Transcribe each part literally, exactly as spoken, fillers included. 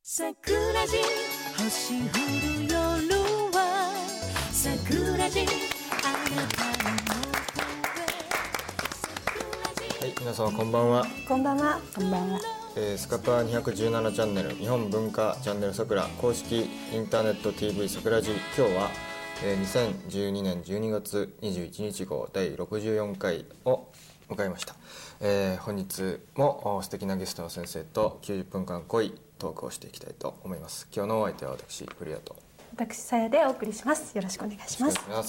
桜地星降る夜は桜地あなたのはい、皆様こんばんは。 こんばんは。こんばんは。 えー、スカパーにひゃくじゅうななチャンネル日本文化チャンネルさくら公式インターネット ティーブイ さくらじ。今日は、えー、にせんじゅうにねんじゅうにがつにじゅういちにち号だいろくじゅうよんかいを迎えました。えー、本日も素敵なゲストの先生ときゅうじゅっぷんかん濃いトークをしていきたいと思います。今日のお相手は私古谷と私さやでお送りします。よろしくお願いします。 お願いします。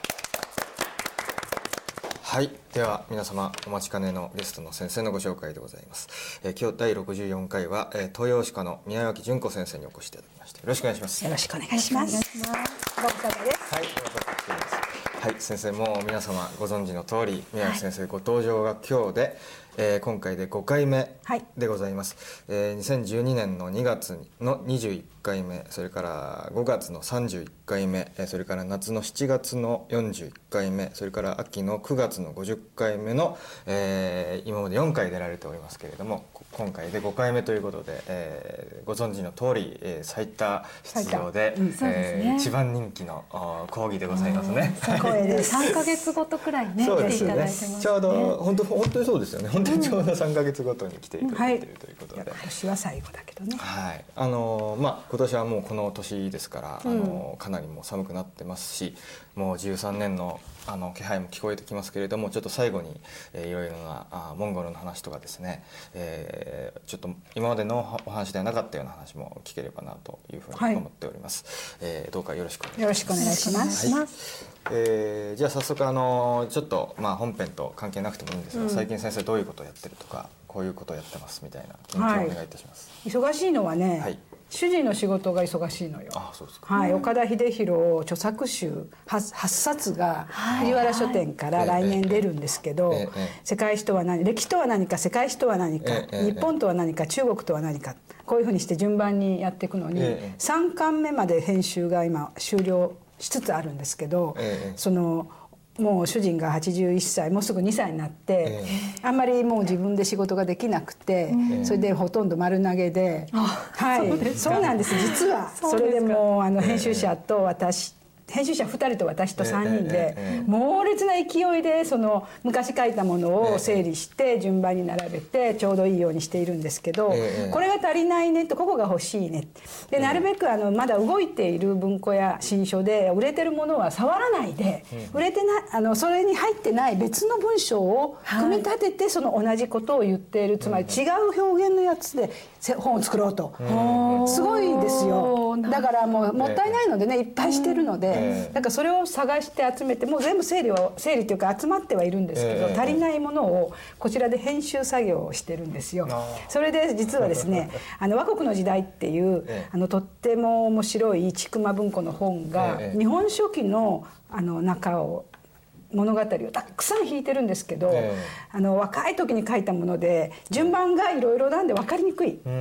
はい、では皆様お待ちかねのゲストの先生のご紹介でございます。えー、今日だいろくじゅうよんかいは、えー、東洋歯科の宮脇純子先生にお越しいただきました。よろしくお願いします。 よろしくお願いします。ご無沙汰です。 はい、ご無沙汰しています。はい、先生も皆様ご存知の通り宮脇先生ご登場が今日で、えー、今回でごかいめでございます。はい、えー、にせんじゅうにねんのにがつのにじゅういっかいめ、それからごがつのさんじゅういっかいめ、それから夏のしちがつのよんじゅういっかいめ、それから秋のくがつのごじゅっかいめの、えー、今までよんかい出られておりますけれども、今回でごかいめということで、えー、ご存知の通り、えー、最多出場で、うん、えーね、一番人気の講義でございますね。 さんかげつごとくらいね来ていただいてますね。 ちょうど本当本当にそうですよね。本当にちょうどさんかげつごとに来ていただいているということで、 うん、はい、今年は最後だけどね。 はい、あのまあ今年はもうこの年ですから、あのかなりもう寒くなってますし、もうじゅうさんねんのあの気配も聞こえてきますけれども、ちょっと最後に、えー、いろいろなあモンゴルの話とかですね、えー、ちょっと今までのお話ではなかったような話も聞ければなというふうに思っております。はい、えー、どうかよろしくお願いします。 よろしくお願いします。はい、 えー、じゃあ早速あのちょっと、まあ、本編と関係なくてもいいんですが、うん、最近先生どういうことをやってるとかこういうことをやってますみたいな近況をお願いいたします。 はい、忙しいのはね、はい、主人の仕事が忙しいのよ。 ああ、そうですか。 はい、岡田秀弘著作集 はち, はちさつが藤原書店から来年出るんですけど、世界史とは何、歴史とは何か、世界史とは何か、日本とは何か、中国とは何か、こういうふうにして順番にやっていくのに、さんかんめまで編集が今終了しつつあるんですけど、そのもう主人がはちじゅういっさい、もうすぐにさいになって、えー、あんまりもう自分で仕事ができなくて、えー、それでほとんど丸投げで、はい、そうそうなんです。実はそれでもうあの編集者と私、編集者ふたりと私とさんにんで猛烈な勢いでその昔書いたものを整理して順番に並べてちょうどいいようにしているんですけど、これが足りないねと、ここが欲しいねで、なるべくあのまだ動いている文庫や新書で売れてるものは触らないで、売れてないあのそれに入ってない別の文章を組み立ててその同じことを言っている、つまり違う表現のやつで本を作ろうと、すごいですよ。だからもうもったいないのでね、いっぱいしてるので、だからそれを探して集めて、もう全部整理を整理というか集まってはいるんですけど、足りないものをこちらで編集作業をしてるんですよ。それで実はですねあの和国の時代っていうあのとっても面白い千曲文庫の本が日本書紀のあの中を物語をたくさん引いてるんですけど、えー、あの若い時に書いたもので順番がいろいろなんで分かりにくい、うん、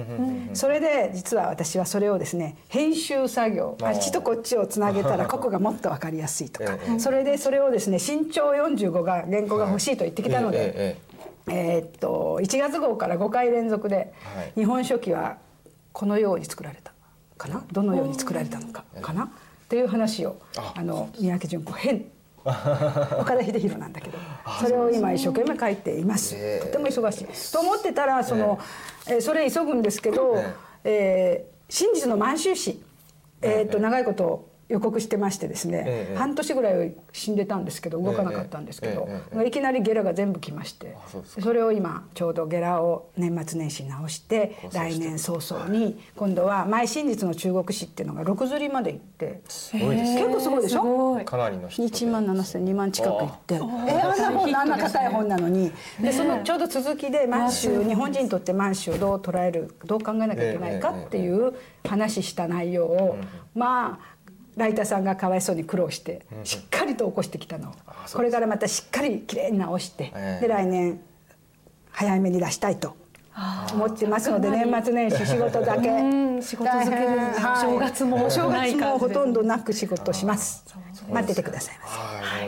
それで実は私はそれをですね編集作業、あっちとこっちをつなげたらここがもっと分かりやすいとか、えー、それでそれをですね新潮よんじゅうごが原稿が欲しいと言ってきたので、えーえーえー、っといちがつ号からごかい連続で日本書紀はこのように作られたかな、どのように作られたのかかなっていう話をあの三宅純子編岡田秀弘なんだけど、それを今一生懸命書いています。とても忙しいと思ってたら、その、えー、それ急ぐんですけど、えー、真実の満州史、えー、っと長いこと予告してましてですね、ええ、半年ぐらい死んでたんですけど動かなかったんですけど、えええ、いきなりゲラが全部来まして、 そ, それを今ちょうどゲラを年末年始直して来年早々に今度は前真実の中国史っていうのがろくずりまで行って、すごいです、結構すごいでしょ。 かなりの人でいちまんななせんにまん近く行って、えあんな本あんな硬い本なのに、でそのちょうど続きで満州、日本人にとって満州をどう捉える、どう考えなきゃいけないかっていう話した内容を、まあライターさんがかわいそうに苦労してしっかりと起こしてきたのを、これからまたしっかりきれいに直して、で来年早めに出したいと思ってますので、年末年始仕事だけ仕事漬けで、正月もお正月もほとんどなく仕事します。待っててくださいませ。 はい、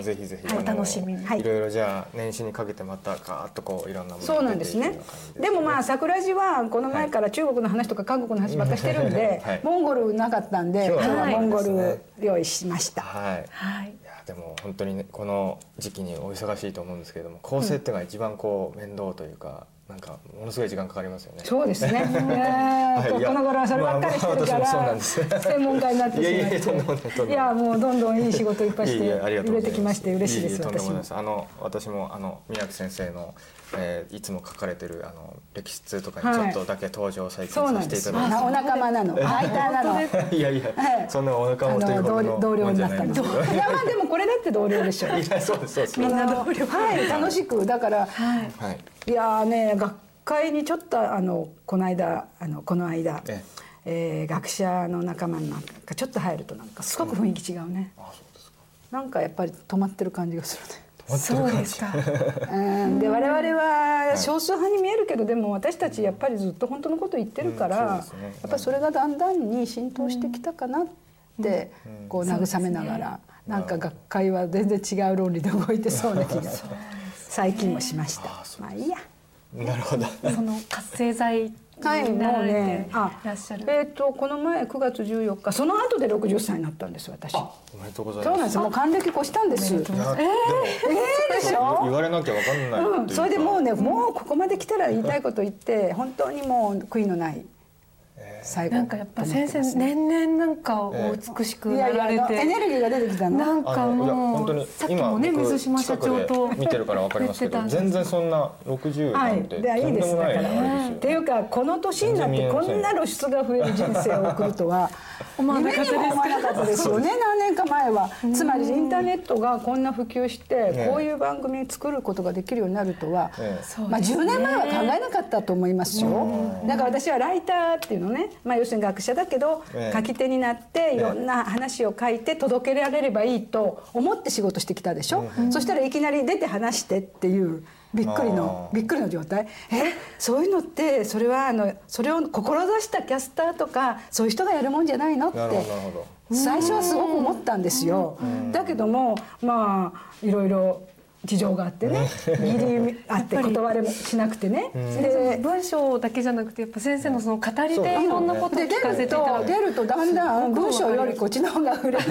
あ、ぜひぜひ、 お楽しみに。 いろいろじゃあ年始にかけてまたガーッとこういろんなものそうなんですね。でもまあ桜地はこの前から中国の話とか韓国の話ばっかしてるんで、はい、モンゴルなかったんで今日はモンゴル用意しました。 はい。はい。いやでも本当にねこの時期にお忙しいと思うんですけれども、構成っていうのが一番こう面倒というか。なんかものすごい時間かかりますよね。 そうですね。はい、この頃はそればっかりしてるから、まあ、専門家になってしまって。いやいや、いやもうどんどんいい仕事いっぱいして入れてきまして嬉しいです。私も。 あの私もあの宮城先生の、えー、いつも書かれてるあの歴史通とかにちょっとだけ登場最近させていただいて、 はい、お仲間なの、ライターなの。 いやいや、はい、そんなお仲間というほどの同僚になったんです。いやまあでもこれだって同僚でしょ。 いやそうですそうです。 みんな同僚。はい、楽しくだから、はい、いやね学会にちょっとあのこの間あのこの間、ええー、学者の仲間になんかちょっと入るとなんかすごく雰囲気違うね。うん、あそうですか。なんかやっぱり止まってる感じがするね。 そうですか。 うん、で我々は少数派に見えるけど、でも私たちやっぱりずっと本当のこと言ってるから、うんね、やっぱりそれがだんだんに浸透してきたかなってこう慰めながら、うん、なんか学会は全然違う論理で動いてそうな気が最近もしました。まあいいや。 なるほど。 その活性剤になられていらっしゃる。 えっとこの前くがつじゅうよっかその後でろくじゅっさいになったんです私。 おめでとうございます。 そうなんです。もう還暦越したんです。えー、えー、でしょ。 言われなきゃわかんない。 うん、それでもうねもうここまで来たら言いたいこと言って本当にもう悔いのない。 最後なんかやっぱ先生年々なんかお美しくなられて、 エネルギーが出てきたの。 なんかもうさっきもね水島社長と見てるからわかりますけど、全然そんなろくじゅうなんてとんでもないあれですよ。 っていうかこの年になってこんな露出が増える人生を送るとは夢にも思わなかったですよね。何年か前は。つまりインターネットがこんな普及してこういう番組作ることができるようになるとは、まあじゅうねんまえは考えなかったと思いますよ。だから私はライターっていうのね。まあ、要するに学者だけど、ええ、書き手になっていろんな話を書いて届けられればいいと思って仕事してきたでしょ、うん、そしたらいきなり出て話してっていうびっくりのびっくりの状態。えそういうのってそれはあのそれを志したキャスターとかそういう人がやるもんじゃないのって最初はすごく思ったんですよ。だけどもまあいろいろ事情があってね、義理あって断れもしなくてね。 で文章だけじゃなくてやっぱ先生のその語りでいろんなことを聞かせていただいて、 出るとだんだん文章よりこっちの方が触れる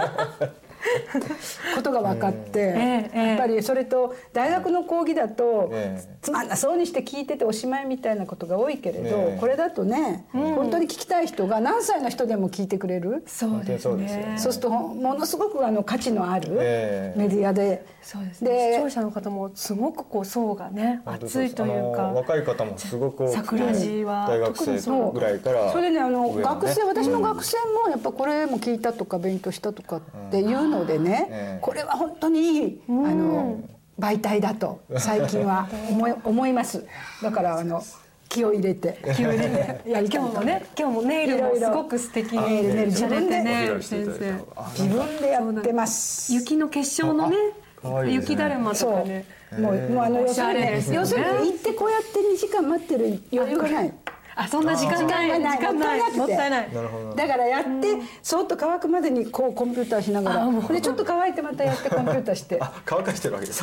ことが分かって、やっぱりそれと大学の講義だとつまんなそうにして聞いてておしまいみたいなことが多いけれど、これだとね本当に聞きたい人が何歳の人でも聞いてくれる。 そうですね。 そうするとものすごくあの価値のあるメディアで、 そうですね。視聴者の方もすごくこう層がね厚いというか、 若い方もすごく桜地は大学生ぐらいから、 それでねあの学生私の学生もやっぱこれも聞いたとか勉強したとかっていうのでね、これは本当にいいあの媒体だと最近は思い思います。だからあの気を入れて気を入れてやり今日もね今日もネイルもすごく素敵にネイルネイル自分でね先生自分でやってます。 雪の結晶のね雪だるまとかね、 もうもうあの要するに要するに行ってこうやってにじかん待ってる余裕がない。 あそんな時間ない時間ないもったいない。 だからやってそっと乾くまでにこうコンピューターしながらでちょっと乾いてまたやってコンピューターして乾かしてるわけです。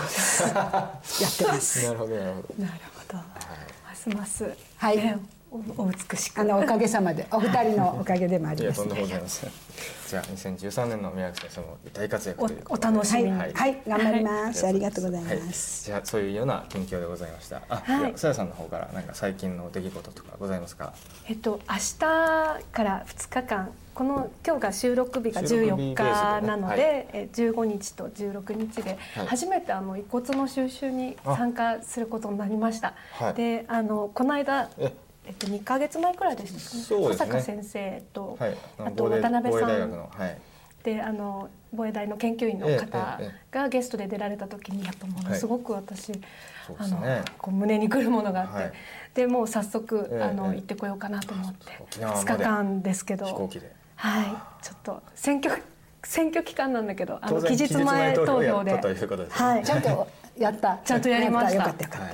やってます。 なるほどなるほど。 なるほど。ますますはいお美しくあのおかげさまでお二人のおかげでもあります。 とんでもございません。じゃあにせんじゅうさんねんの宮城先生も大活躍というお楽しみにはい頑張ります。ありがとうございます。 じゃあそういうような近況でございました。あ、さやさんの方からなんか最近の出来事とかございますか。 えっと明日からふつかかんこの今日が収録日がじゅうよっかなので、えじゅうごにちとじゅうろくにちで初めてあの遺骨の収集に参加することになりました。であのこの間えっと、にかげつまえくらいですね。小坂先生と、はい、あと渡辺さん、はい、であの防衛大の研究員の方がゲストで出られた時にやっぱものすごく私、はい、あのこう胸にくるものがあって、はい、でもう早速、えー、あの行ってこようかなと思ってふつかかんですけど、 飛行機ではいちょっと選挙選挙期間なんだけどあの期日前投票で、 はい、ちゃんとやったちゃんとやりました。 よかったよかった。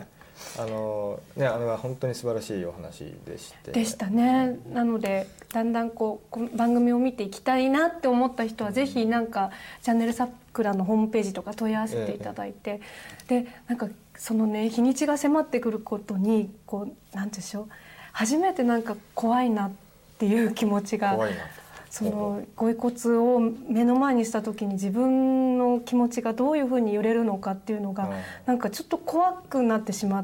あのね、あれは本当に素晴らしいお話でしてでしたね。なのでだんだんこう番組を見ていきたいなって思った人はぜひなんかチャンネルさくらのホームページとか問い合わせていただいて、でなんかそのね日にちが迫ってくることにこうなんていうんでしょう、初めてなんか怖いなっていう気持ちが、 怖いな、 そのご遺骨を目の前にした時に自分の気持ちがどういうふうに揺れるのかっていうのがなんかちょっと怖くなってしまって、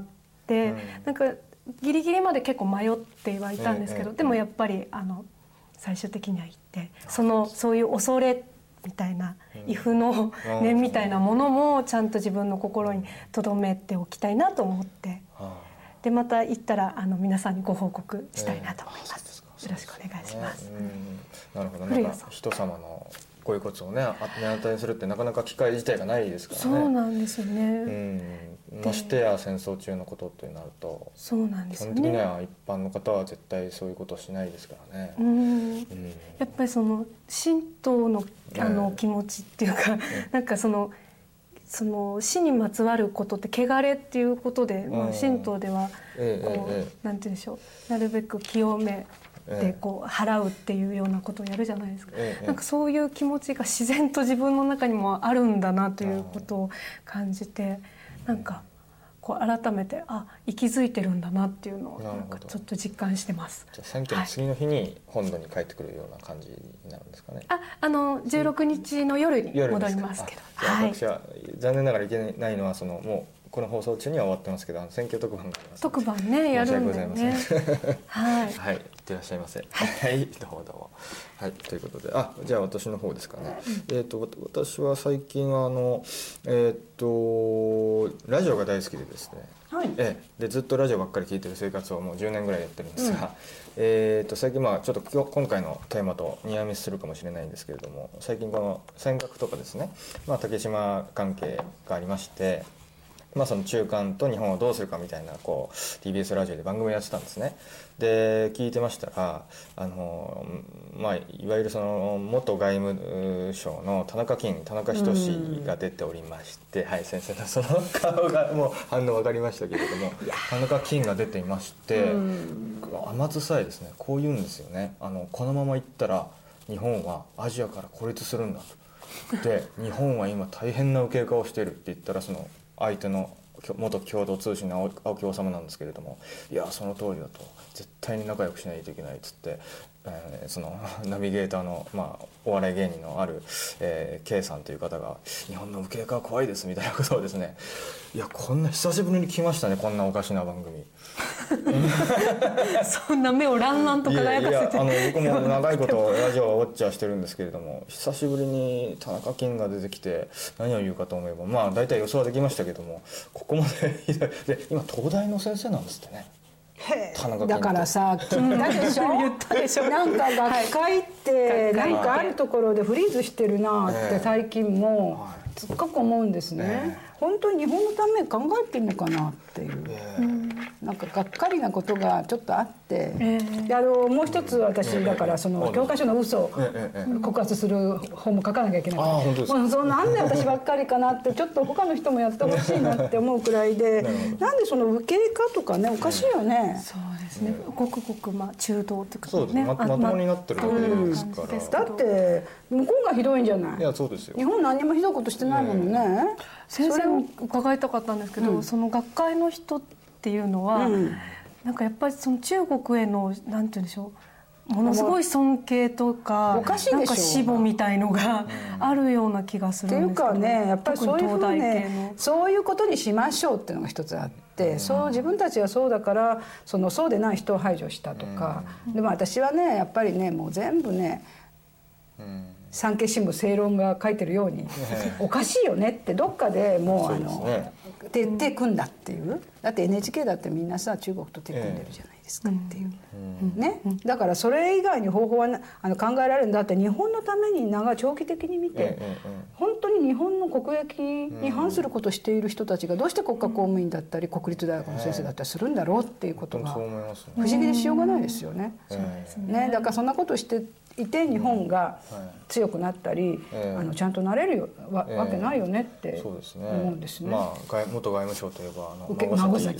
なんかギリギリまで結構迷ってはいたんですけど、でもやっぱりあの最終的には行って、そのそういう恐れみたいな畏怖の念みたいなものもちゃんと自分の心に留めておきたいなと思って、でまた行ったらあの皆さんにご報告したいなと思います。よろしくお願いします。 なるほど。なんか人様のご遺骨をね目当たりにするってなかなか機会自体がないですからね。 そうなんですよね。 うん、ましてや戦争中のことってなると、 そうなんですよね。 基本的には一般の方は絶対そういうことをしないですからね。 うんうん、やっぱりその神道のあの気持ちっていうか、なんかそのその死にまつわることって汚れっていうことで、まあ、神道ではこうなんて言うんでしょう、なるべく清めでこう払うっていうようなことをやるじゃないですか。なんかそういう気持ちが自然と自分の中にもあるんだなということを感じて、なんかこう改めてあ息づいてるんだなっていうのをなんかちょっと実感してます。 じゃあ選挙の次の日に本土に帰ってくるような感じになるんですかね。 あ、あのじゅうろくにちの夜に戻りますけど。 はい、私は残念ながらいけないのはそのもうこの放送中には終わってますけど、あの選挙特番があります。 特番ねやるんでね。はい。 はい、いってらっしゃいませ。はい、どうもどうも。はい、ということで、あ、じゃあ私の方ですかね。えっと私は最近あのえっとラジオが大好きでですね。はい、ええ、でずっとラジオばっかり聞いてる生活をもうじゅうねんぐらいやってるんですが、うん、えっと最近まあちょっと今日今回のテーマとニアミスするかもしれないんですけれども、最近この尖閣とかですね、まあ竹島関係がありまして。まあ、その中間と日本をどうするかみたいなこう ティービーエス ラジオで番組をやってたんですね。で聞いてましたらあの、まあ、いわゆるその元外務省の田中金田中仁が出ておりまして、はい、先生のその顔がもう反応分かりましたけれども、田中金が出ていまして、甘酸さえですねこう言うんですよね。あのこのままいったら日本はアジアから孤立するんだと。で日本は今大変な右傾化をしているって言ったら、その相手の元共同通信の青木治なんですけれども、いやその通りだと、絶対に仲良くしないといけないっつって、えー、そのナビゲーターの、まあ、お笑い芸人のある、えー、K さんという方が日本の右傾化は怖いですみたいなことをですね、いやこんな久しぶりに来ましたね、こんなおかしな番組そんな目をランランと輝かせて。いやいや、 あの僕も長いことラジオをウォッチはしてるんですけれども、久しぶりに田中金が出てきて何を言うかと思えば、まあ大体予想はできましたけども、ここまでで今東大の先生なんですってね。 だからさ聞いたでしょ言ったでしょ。なんか学会ってなんかあるところでフリーズしてるなって最近もつっかく思うんですね。本当に日本のために考えてるのかなっていう、なんかがっかりなことがちょっとあって、であのもう一つ私だからその教科書の嘘を告発する本も書かなきゃいけないから、もうそのなんで私ばっかりかなってちょっと他の人もやってほしいなって思うくらいで、なんでその右傾化とかねおかしいよね。 そうですね。ごくごくまあ中道というかね。 そうですね。まともになってるだけですから。 だって向こうがひどいんじゃない。 いやそうですよ。 日本何にもひどいことしてないものね。 先生に伺いたかったんですけど、うん、その学会の人っていうのは、うん、なんかやっぱりその中国へのなんて言うんでしょう、ものすごい尊敬とか、 おかしいでしょ、 なんか死母みたいのがあるような気がするんですけど。 っていうかね、やっぱりそういうふうね、そういうことにしましょうっていうのが一つあって、うん、そう自分たちはそうだからそのそうでない人を排除したとか、うん、でも私はねやっぱりねもう全部ね、うん産経新聞正論が書いてるようにおかしいよねってどっかでもうあの手手組んだっていう。だって エヌエイチケー だってみんなさ中国と手組んでるじゃないですかっていうね。だからそれ以外に方法はあの考えられるんだって、日本のために長長期的に見て本当に日本の国益に反することをしている人たちがどうして国家公務員だったり国立大学の先生だったりするんだろうっていうことが不思議でしようがないですよね。ね、だからそんなことしていて日本が強くなったり、あのちゃんとなれるわけないよねって思うんですね。 まあ元外務省といえばあのもうね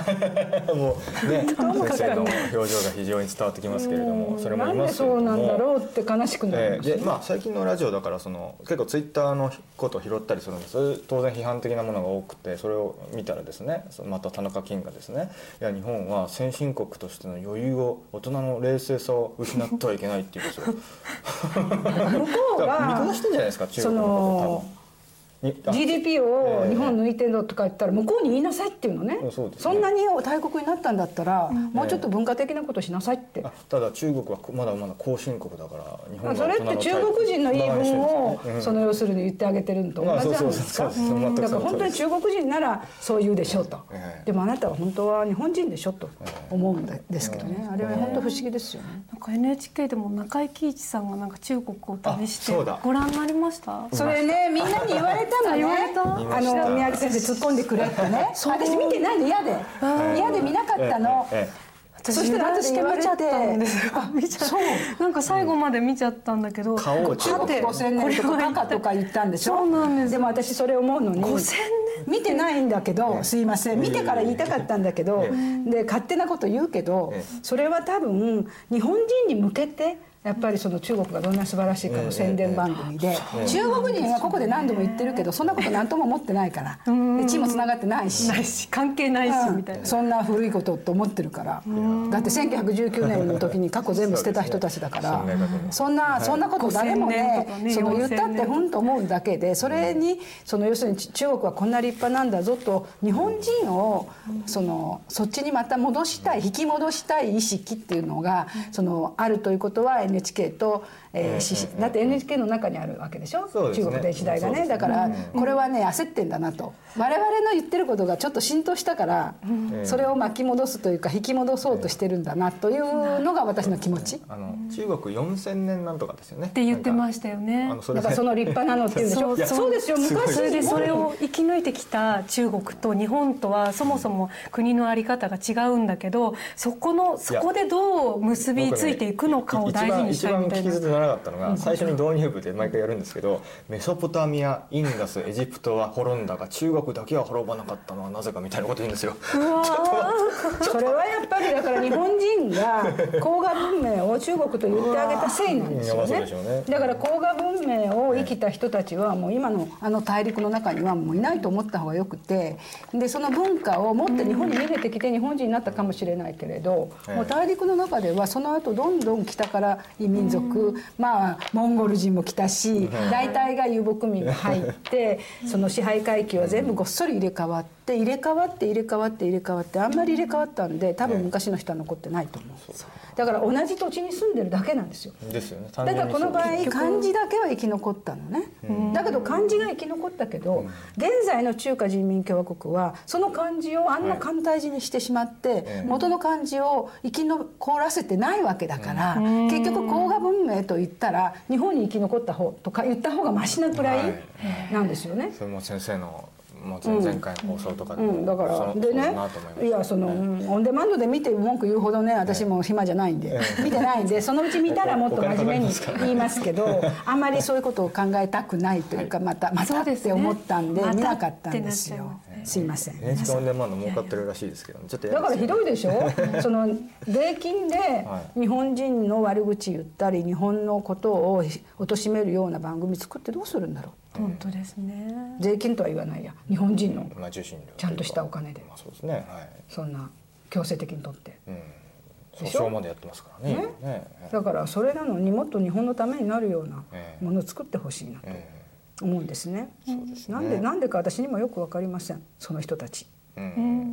先生の表情が非常に伝わってきますけれども、それもいますけれども、 なんでそうなんだろうって悲しくなります、ね。 でまあ最近のラジオだからその結構ツイッターのことを拾ったりするんです。当然批判的なものが多くて、それを見たらですね、また田中金がですね、いや日本は先進国としての余裕を、大人の冷静さを失ってはいけないっていうんですよ。 向こうが見下してんじゃないですか、中国のこと。 ジーディーピー を日本抜いてるのとか言ったら向こうに言いなさいっていうのね、 そうですね、 そんなに大国になったんだったら、うん、もうちょっと文化的なことしなさいって、 あただ中国はまだまだ後進国だから日本がそれって中国人の言い分を、うん、その要するに言ってあげてるのと同じじゃないですか。だから本当に中国人ならそう言うでしょうと、えー、でもあなたは本当は日本人でしょと思うんですけどね、えー、あれは本当不思議ですよね。 なんか エヌエイチケー でも中井貴一さんがなんか中国を旅してご覧になりました？ それね、みんなに言われたのね。言われたあの宮城先生突っ込んでくれってね私見てないの嫌で嫌で見なかったの、えええ、 そしたら私見ちゃったんですよ。見ちゃそうなんか最後まで見ちゃったんだけど、 顔を中国ごせんねんとかバカとか言ったんでしょ。そうなんです。でも私それ思うのにごせんねん見てないんだけど、すいません見てから言いたかったんだけど、で勝手なこと言うけど、それは多分日本人に向けてやっぱりその中国がどんな素晴らしいかの宣伝番組で、中国人はここで何度も言ってるけどそんなこと何とも思ってないから、で血もつながってないしないし関係ないしみたいな、 そんな古いことと思ってるから、だってせんきゅうひゃくじゅうきゅうねんの時に過去全部捨てた人たちだから、そんなそんなこと誰もねその言ったってふんと思うだけで、それにその要するに中国はこんな立派なんだぞと日本人をそのそっちにまた戻したい引き戻したい意識っていうのがそのあるということはエヌエイチケー と、えー、だって エヌエイチケー の中にあるわけでしょ、ね、中国電子台がね。だからこれはね焦ってんだなと、我々の言ってることがちょっと浸透したから、うん、それを巻き戻すというか引き戻そうとしてるんだなというのが私の気持ち。 あの中国よんせんねんなんとかですよねって言ってましたよね。 だからその立派なのっていうんでしょ。そうそうですよ、昔それでそれを生き抜いてきた中国と日本とはそもそも国の在り方が違うんだけど、そこのそこでどう結びついていくのかを大事にしたいみたいな。 一番聞き捨てならなかったのが、最初に導入部で毎回やるんですけど、メソポタミア、インダス、エジプトは滅んだが中国だけは滅ばなかったのはなぜかみたいなこと言うんですよ。 それはやっぱりだから日本人が黄河文明を中国と言ってあげたせいなんですよね。だから黄河文明を生きた人たちはもう今のあの大陸の中にはもういないと思った方がよくて、でその文化を持って日本に逃げてきて日本人になったかもしれないけれど、もう大陸の中ではその後どんどん北から異民族、まあモンゴル人も来たし、大体が遊牧民が入ってその支配階級は全部ごっそり入れ替わって入れ替わって入れ替わって入れ替わってあんまり入れ替わったんで多分昔の人は残ってないと思う。だから同じ土地に住んでるだけなんですよ。 ですよね。 だからこの場合漢字だけは生き残ったのね。だけど漢字が生き残ったけど、現在の中華人民共和国はその漢字をあんな簡体字にしてしまって元の漢字を生き残らせてないわけだから、結局黄河文明と言ったら日本に生き残った方とか言った方がマシなくらいなんですよね。 それも先生のもう前々回の放送とかでも、 うんうん、だからでね、いやその、ね、オンデマンドで見て文句言うほどね私も暇じゃないんで、ええ、見てないんでそのうち見たらもっと真面目に言いますけどあんまりそういうことを考えたくないというか、またまたって思ったんで見なかったんですよ。すいません。 エヌエイチケー オンデマンド儲かってるらしいですけど、ちょっとだからひどいでしょ。その税金で日本人の悪口言ったり日本のことを貶めるような番組作ってどうするんだろう。 本当ですね。 税金とは言わないや、日本人のまあ受信料ちゃんとしたお金で、 まあそうですね、はい、 そんな強制的に取って、うん、 訴訟までやってますからね。ねね、だからそれなのにもっと日本のためになるようなものを作ってほしいなと思うんですね。えーそうですね。なんでなんでか私にもよく分かりません、その人たち。うん、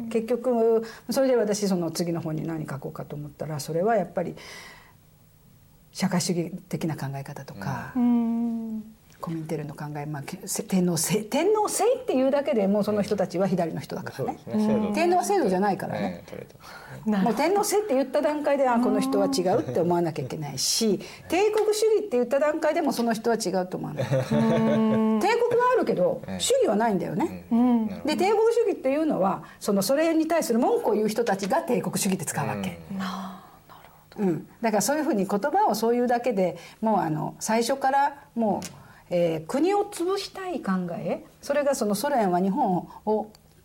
結局それで私その次の本に何書こうかと思ったら、それはやっぱり社会主義的な考え方とか、うん、コミンテルの考え、まあ、天皇制天皇制っていうだけでもうその人たちは左の人だからね、うん、天皇は制度じゃないからね、えー、もう天皇制って言った段階であこの人は違うって思わなきゃいけないし、帝国主義って言った段階でもその人は違うと思わない。帝国はあるけど主義はないんだよね、うん、で帝国主義っていうのはそのそれに対する文句を言う人たちが帝国主義って使うわけ、うんうん、だからそういうふうに言葉をそういうだけでもうあの最初からもう、えー、国を潰したい考え、それがそのソ連は日本を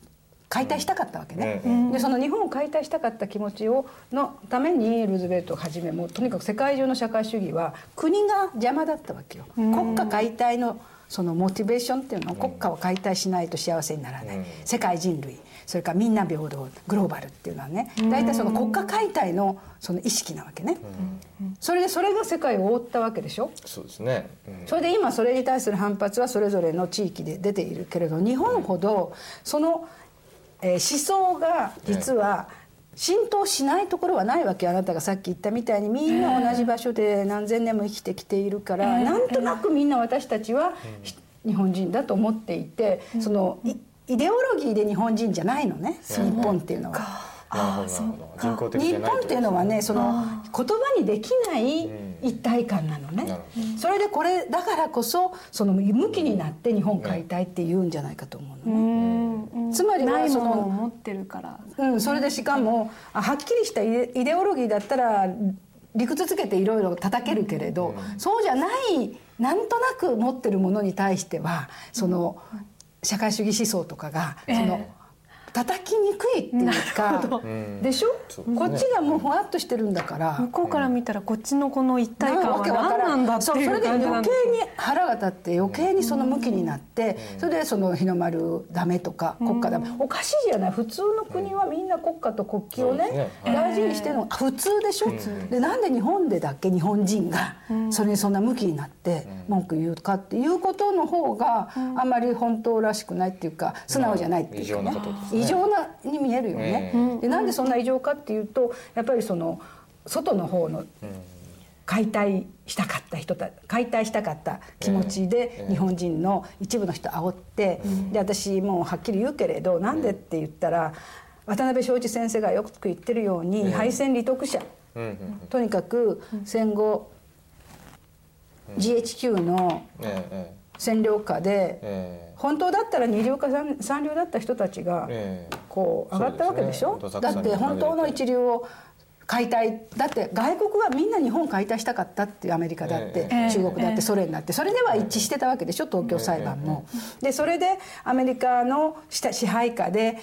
解体したかったわけね、うん、でその日本を解体したかった気持ちをのためにルーズベルトをはじめもうとにかく世界中の社会主義は国が邪魔だったわけよ、うん、国家解体のそのモチベーションっていうのを国家を解体しないと幸せにならない、うん、世界人類それからみんな平等グローバルっていうのはね大体その国家解体のその意識なわけね、うん、それでそれが世界を覆ったわけでしょ。 そうですね、うん、 それで今それに対する反発はそれぞれの地域で出ているけれど日本ほどその、えー、思想が実は浸透しないところはないわけ。あなたがさっき言ったみたいにみんな同じ場所で何千年も生きてきているから、えー、なんとなくみんな私たちは日本人だと思っていて、うん、そのイデオロギーで日本人じゃないのね、うん、日本っていうのは。 あ人工的じゃない日本っていうのはねその言葉にできない一体感なのね、うん、それでこれだからこそその向きになって日本解体って言うんじゃないかと思うのね、うん、つまりはそのないものを持ってるから、 うん、それでしかもはっきりしたイデオロギーだったら理屈つけていろいろ叩けるけれど、うん、そうじゃないなんとなく持ってるものに対してはその社会主義思想とかがその、えー叩きにくいっていうかでしょ、うん、こっちがもうふわっとしてるんだから向こうから見たらこっちのこの一体感は何なんだっていう感じなんです。 それで余計に腹が立って余計にその向きになって、うん、それでその日の丸ダメとか国家ダメ、うん、おかしいじゃない。普通の国はみんな国家と国旗をね、うん、大事にしてるのが普通でしょ、うん、でなんで日本でだけ日本人がそれにそんな向きになって文句言うかっていうことの方があんまり本当らしくないっていうか素直じゃないっていうかね、異常なに見えるよね、うん、でなんでそんな異常かっていうとやっぱりその外の方の解体したかった人た解体したかった気持ちで日本人の一部の人煽って、うん、で私もうはっきり言うけれどなんでって言ったら渡辺正一先生がよく言ってるように、うん、敗戦利得者、うん、とにかく戦後、うん、ジーエイチキュー の占領下で、えー、本当だったら二流か三流だった人たちがこう上がったわけでしょ、ね、だって本当の一流を解体だって外国はみんな日本解体したかったっていうアメリカだって、えー、中国だってソ連だってそれでは一致してたわけでしょ東京裁判も。でそれでアメリカの支配下で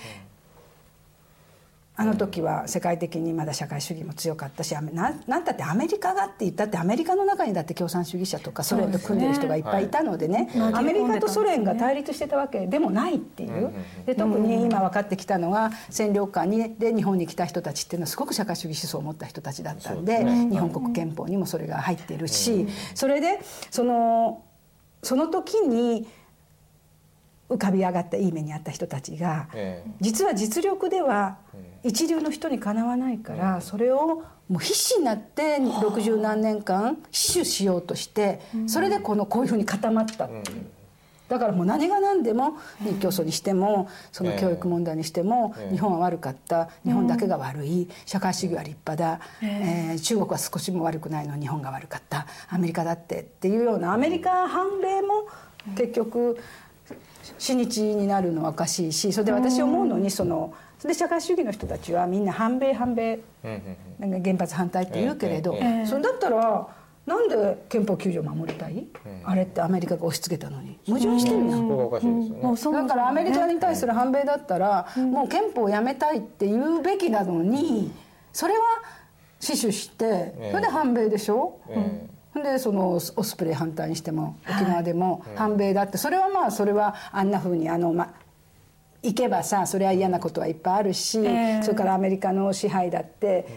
あの時は世界的にまだ社会主義も強かったしななんたってアメリカがって言ったってアメリカの中にだって共産主義者とかソ連と組んでる人がいっぱいいたのでね、はい、アメリカとソ連が対立してたわけでもないっていう。で特に今分かってきたのは占領下にで日本に来た人たちっていうのはすごく社会主義思想を持った人たちだったんで、ね、日本国憲法にもそれが入っているし、それでそのその時に浮かび上がったいい目にあった人たちが、ええ、実は実力では一流の人にかなわないから、え、それをもう必死になってろくじゅう何年間死守しようとして、うん、それでこのこういうふうに固まったっていう、うん、だからもう何が何でも日教組にしてもその教育問題にしても、え、日本は悪かった、日本だけが悪い、社会主義は立派だ、えー、中国は少しも悪くないのに日本が悪かった、アメリカだってっていうようなアメリカ反米も結局親日になるのはおかしいし、それで私思うのにそのそれで社会主義の人たちはみんな反米反米、なんか原発反対って言うけれど、それだったらなんで憲法きゅう条守りたい、あれってアメリカが押し付けたのに矛盾してるやん。だからアメリカに対する反米だったらもう憲法をやめたいって言うべきなのに、それは死守してそれで反米でしょ、うんでそのオスプレイ反対にしても沖縄でも反米だって、それはまあそれはあんな風にあのま行けばさそれは嫌なことはいっぱいあるし、えー、それからアメリカの支配だって、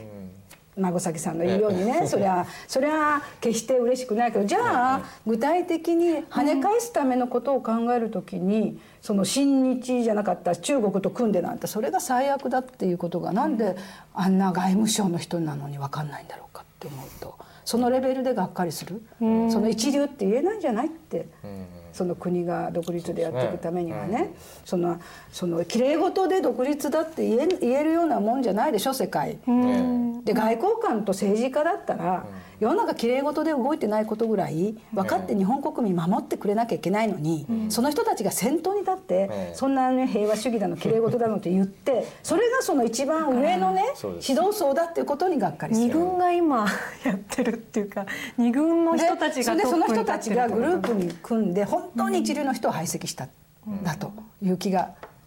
うん、孫崎さんの言うようにねそれはそれは決して嬉しくないけど、じゃあ具体的に跳ね返すためのことを考えるときにその親日じゃなかった中国と組んでなんてそれが最悪だっていうことがなんであんな外務省の人なのに分かんないんだろうかって思うと。そのレベルでがっかりする、その一流って言えないんじゃないって、その国が独立でやっていくためにはね、そのそのきれい事で独立だって言え、言えるようなもんじゃないでしょ世界で。外交官と政治家だったら世の中きれい事で動いてないことぐらい分かって日本国民守ってくれなきゃいけないのに、その人たちが先頭に立ってそんな、ね、平和主義だのきれい事だのって言ってそれがその一番上のね指導層だっていうことにがっかりする。 二軍が今やってるっていうか二軍の人たちがトップに立ってる。 その人たちがグループに組んで本当に一流の人を排斥したんだという気が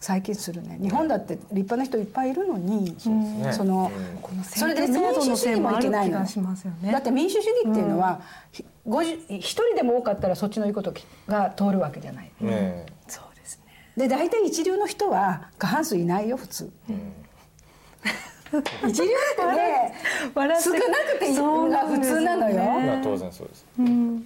最近するね。日本だって立派な人いっぱいいるのに、うん、その、うん、それで民主主義もいけないの。だって民主主義っていうのは、うん、一人でも多かったらそっちの言うことが通るわけじゃない、うん、そうですね。で大体一流の人は過半数いないよ普通、うん一流ってね少なくていいのが普通なのよ。 まあ当然そうです、うん、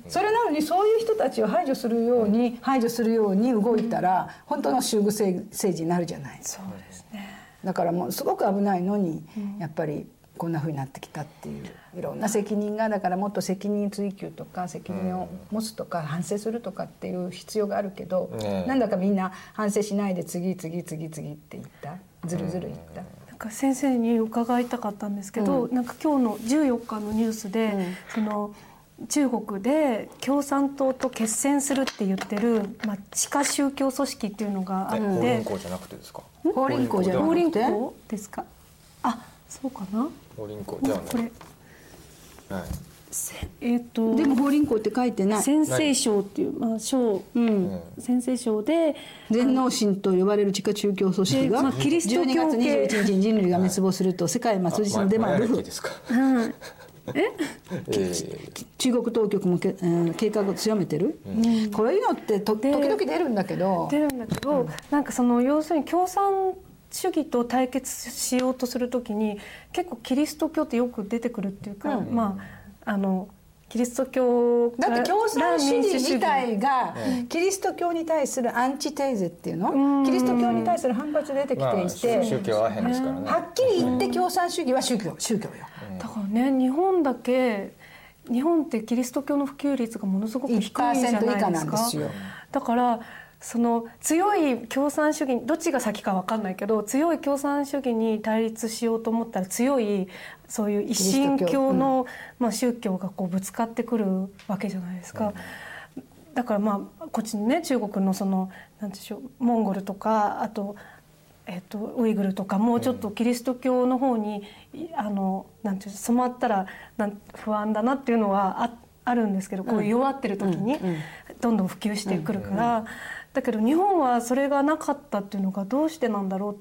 それなのにそういう人たちを排除するように、うん、排除するように動いたら本当の集具政治になるじゃない。 そうですね。 だからもうすごく危ないのに、うん、やっぱりこんな風になってきたっていういろんな責任がだからもっと責任追及とか責任を持つとか反省するとかっていう必要があるけど、うん、なんだかみんな反省しないで次次次次って言ったずるずる言った。 先生に伺いたかったんですけど、うん、なんか今日のじゅうよっかのニュースで、うん、その中国で共産党と決戦するって言ってる、まあ、地下宗教組織っていうのがあって、 法輪功じゃなくてですか？ 法輪功じゃなくて？ 法輪功ですか？あ、そうかな。 法輪功じゃない。これ、はい。 えー、とでも法輪功って書いてない。 先生賞っていう、まあ、賞、うん、先生賞で全能神と呼ばれる地下宗教組織が、まあ、キリスト教系じゅうにがつにじゅういちにちに人類が滅亡すると世界末日のデマルフ、え中国当局もけ、えー、警戒を強めてる、うん、こういうのってと時々出るんだけど出るんだけど、うん、なんかその要するに共産主義と対決しようとするときに結構キリスト教ってよく出てくるっていうか、うん、まああのキリスト教だって共産主義自体がキリスト教に対するアンチテーゼっていうの、キリスト教に対する反発出てきていて、まあ、 宗教は変ですからね。 はっきり言って共産主義は宗教、宗教よ。 だからね日本だけ日本ってキリスト教の普及率がものすごく低いじゃないですか。いちパーセント以下なんですよ。だからその強い共産主義どっちが先か分かんないけど強い共産主義に対立しようと思ったら強いそういう一神教の、うんまあ、宗教がこうぶつかってくるわけじゃないですか、うん、だからまあこっちのね中国のそのなんでしょうモンゴルとかあと、えっと、ウイグルとかもうちょっとキリスト教の方に、うん、あのなんていう染まったらなん不安だなっていうのは あ, あるんですけどこう弱ってる時にどんどん普及してくるから。うんうんだけど日本はそれがなかったっていうのがどうしてなんだろうって。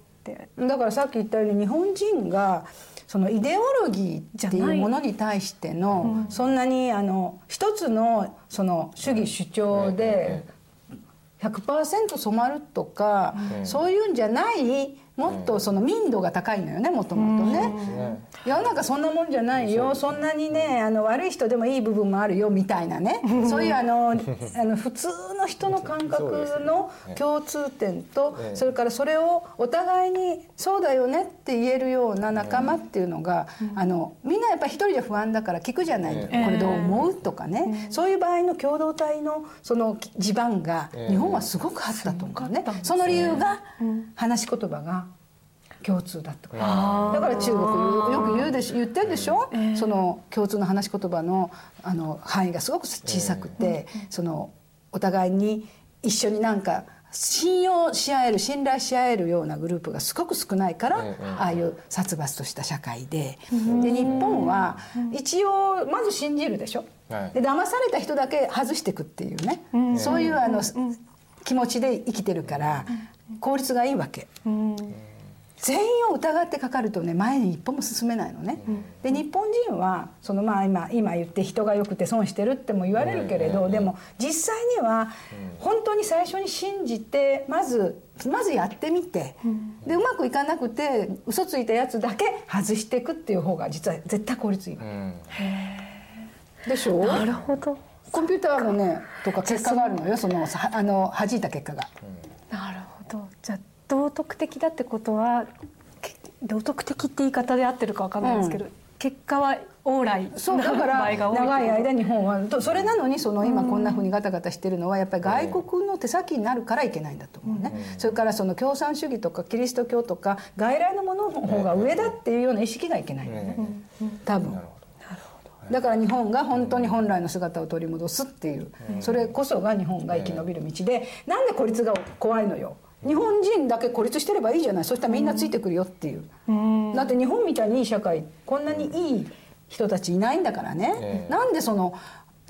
だからさっき言ったように日本人がそのイデオロギーっていうものに対しての、うん、そんなにあの一つのその主義主張で ひゃくパーセント 染まるとか、うん、そういうんじゃないもっとその民度が高いのよねもともとね、うん、世の中そんなもんじゃないよ、そんなにねあの悪い人でもいい部分もあるよみたいなね、そういうあのあの普通の人の感覚の共通点と、それからそれをお互いにそうだよねって言えるような仲間っていうのが、あのみんなやっぱり一人じゃ不安だから聞くじゃない、これどう思うとかね、そういう場合の共同体のその地盤が日本はすごくあったと思うね。その理由が話し言葉が共通だとか、だから中国よく言うでし言ってるでしょ、えー、その共通の話し言葉 の, あの範囲がすごく小さくて、えー、そのお互いに一緒になんか信用し合える信頼し合えるようなグループがすごく少ないから、えー、ああいう殺伐とした社会で、えー、で日本は一応まず信じるでしょ、はい、で騙された人だけ外していくっていうね、えー、そういうあの、えー、気持ちで生きてるから効率がいいわけ、えー全員を疑ってかかるとね前に一歩も進めないのね、うん、で日本人はそのまあ 今, 今言って人が良くて損してるっても言われるけれど、うん、でも実際には本当に最初に信じてまずまずやってみて、うん、でうまくいかなくて嘘ついたやつだけ外していくっていう方が実は絶対効率いいわけ、うん、でしょ。 なるほど。 コンピューターのねとか結果があるのよ、そのあの弾いた結果が、 うん、なるほど。じゃあ道徳的だってことは道徳的って言い方で合ってるか分かんないですけど、うん、結果は往来そうだから長い間日本はそれなのにその今こんなふうにガタガタしてるのはやっぱり外国の手先になるからいけないんだと思うね、うん、それからその共産主義とかキリスト教とか外来のものの方が上だっていうような意識がいけないんだよね、多分。だから日本が本当に本来の姿を取り戻すっていう、それこそが日本が生き延びる道で、なんで孤立が怖いのよ。日本人だけ孤立してればいいじゃない、そしたらみんなついてくるよっていう、うん、だって日本みたいにいい社会こんなにいい人たちいないんだからね、うん、なんでその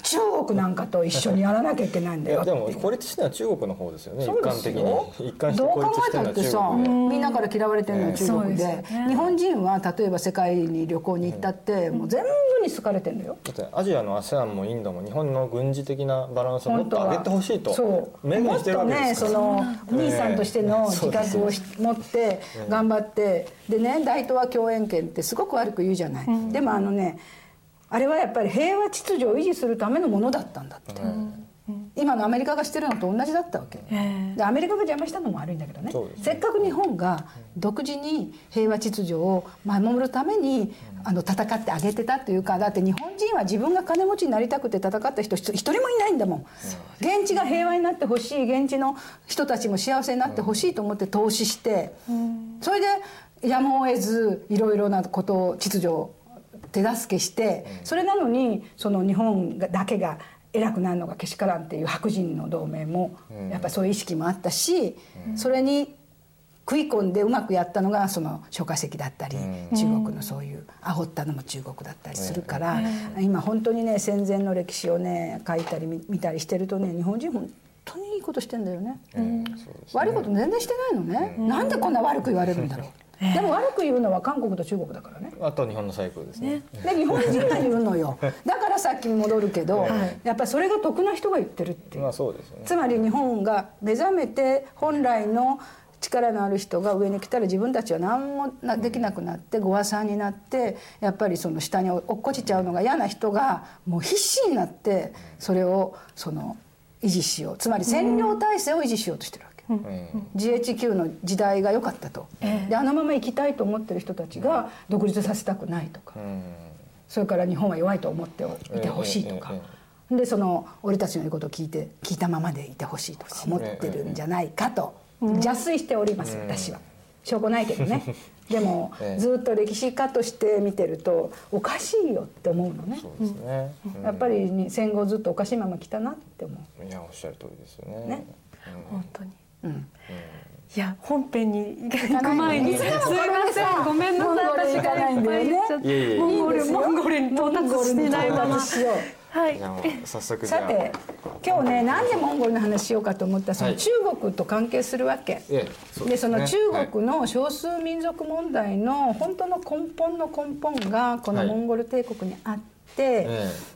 中国なんかと一緒にやらなきゃいけないんだよ。 でも孤立してるのは中国の方ですよね。一貫的に一貫してどう考孤立してるのはえたってさ、 中国で。 みんなから嫌われてるのは中国で、 えー日本人は例えば世界に旅行に行ったって、もう全部に好かれてるんだよ。 だってアジアの アセアン もインドも日本の軍事的なバランスをもっと上げてほしいと明言してるわけですから。 もっとね、そのお兄さんとしての自覚を持って頑張って、でね、大東亜共栄圏ってすごく悪く言うじゃない、うん、でもあのね、あれはやっぱり平和秩序を維持するためのものだったんだって、うん、今のアメリカがしてるのと同じだったわけ、うん、でアメリカが邪魔したのも悪いんだけど ね, ねせっかく日本が独自に平和秩序を守るためにあの戦ってあげてたというか、だって日本人は自分が金持ちになりたくて戦った人一人もいないんだもん、うん、現地が平和になってほしい、現地の人たちも幸せになってほしいと思って投資して、うん、それでやむを得ずいろいろなことを秩序を手助けして、それなのにその日本だけが偉くなるのがけしからんっていう白人の同盟もやっぱりそういう意識もあったし、それに食い込んでうまくやったのがその蒋介石だったり、中国のそういう煽ったのも中国だったりするから、今本当にね、戦前の歴史をね書いたり見たりしてるとね、日本人本当にいいことしてんだよね、うん、悪いこと全然してないのね、うん、なんでこんな悪く言われるんだろうでも悪く言うのは韓国と中国だからね。 あと日本のサイクルですね。 で日本人が言うのよ。だからさっきに戻るけど、はい、やっぱりそれが得な人が言ってるっていう。 まあそうですよね。 つまり日本が目覚めて本来の力のある人が上に来たら自分たちは何もできなくなってご破算になって、やっぱりその下に落っこちちゃうのが嫌な人がもう必死になってそれをその維持しよう、つまり占領体制を維持しようとしてるわけ。うん、ジーエイチキュー の時代が良かったと、であのまま生きたいと思ってる人たちが独立させたくないとか、うん、それから日本は弱いと思っていてほしいとか、でその俺たちの言うことを聞いて聞いたままでいてほしいとか思ってるんじゃないかと邪推しております、私は。証拠ないけどねでもずっと歴史家として見てるとおかしいよって思うのね。 そうですね、うん、 やっぱり戦後ずっとおかしいまま来たなって思う。 いやおっしゃる通りですよね。 ね、うん、本当に。うん、いや本編に行く前にすいません、ごめんなさい、私がいっぱい言っちゃってモンゴルモンゴルに到達してないまま。はい、 早速さて今日ね、なんでモンゴルの話しようかと思ったら、その中国と関係するわけ、はい、で, そでその中国の少数民族問題の本当の根本の根本がこのモンゴル帝国にあって、はい、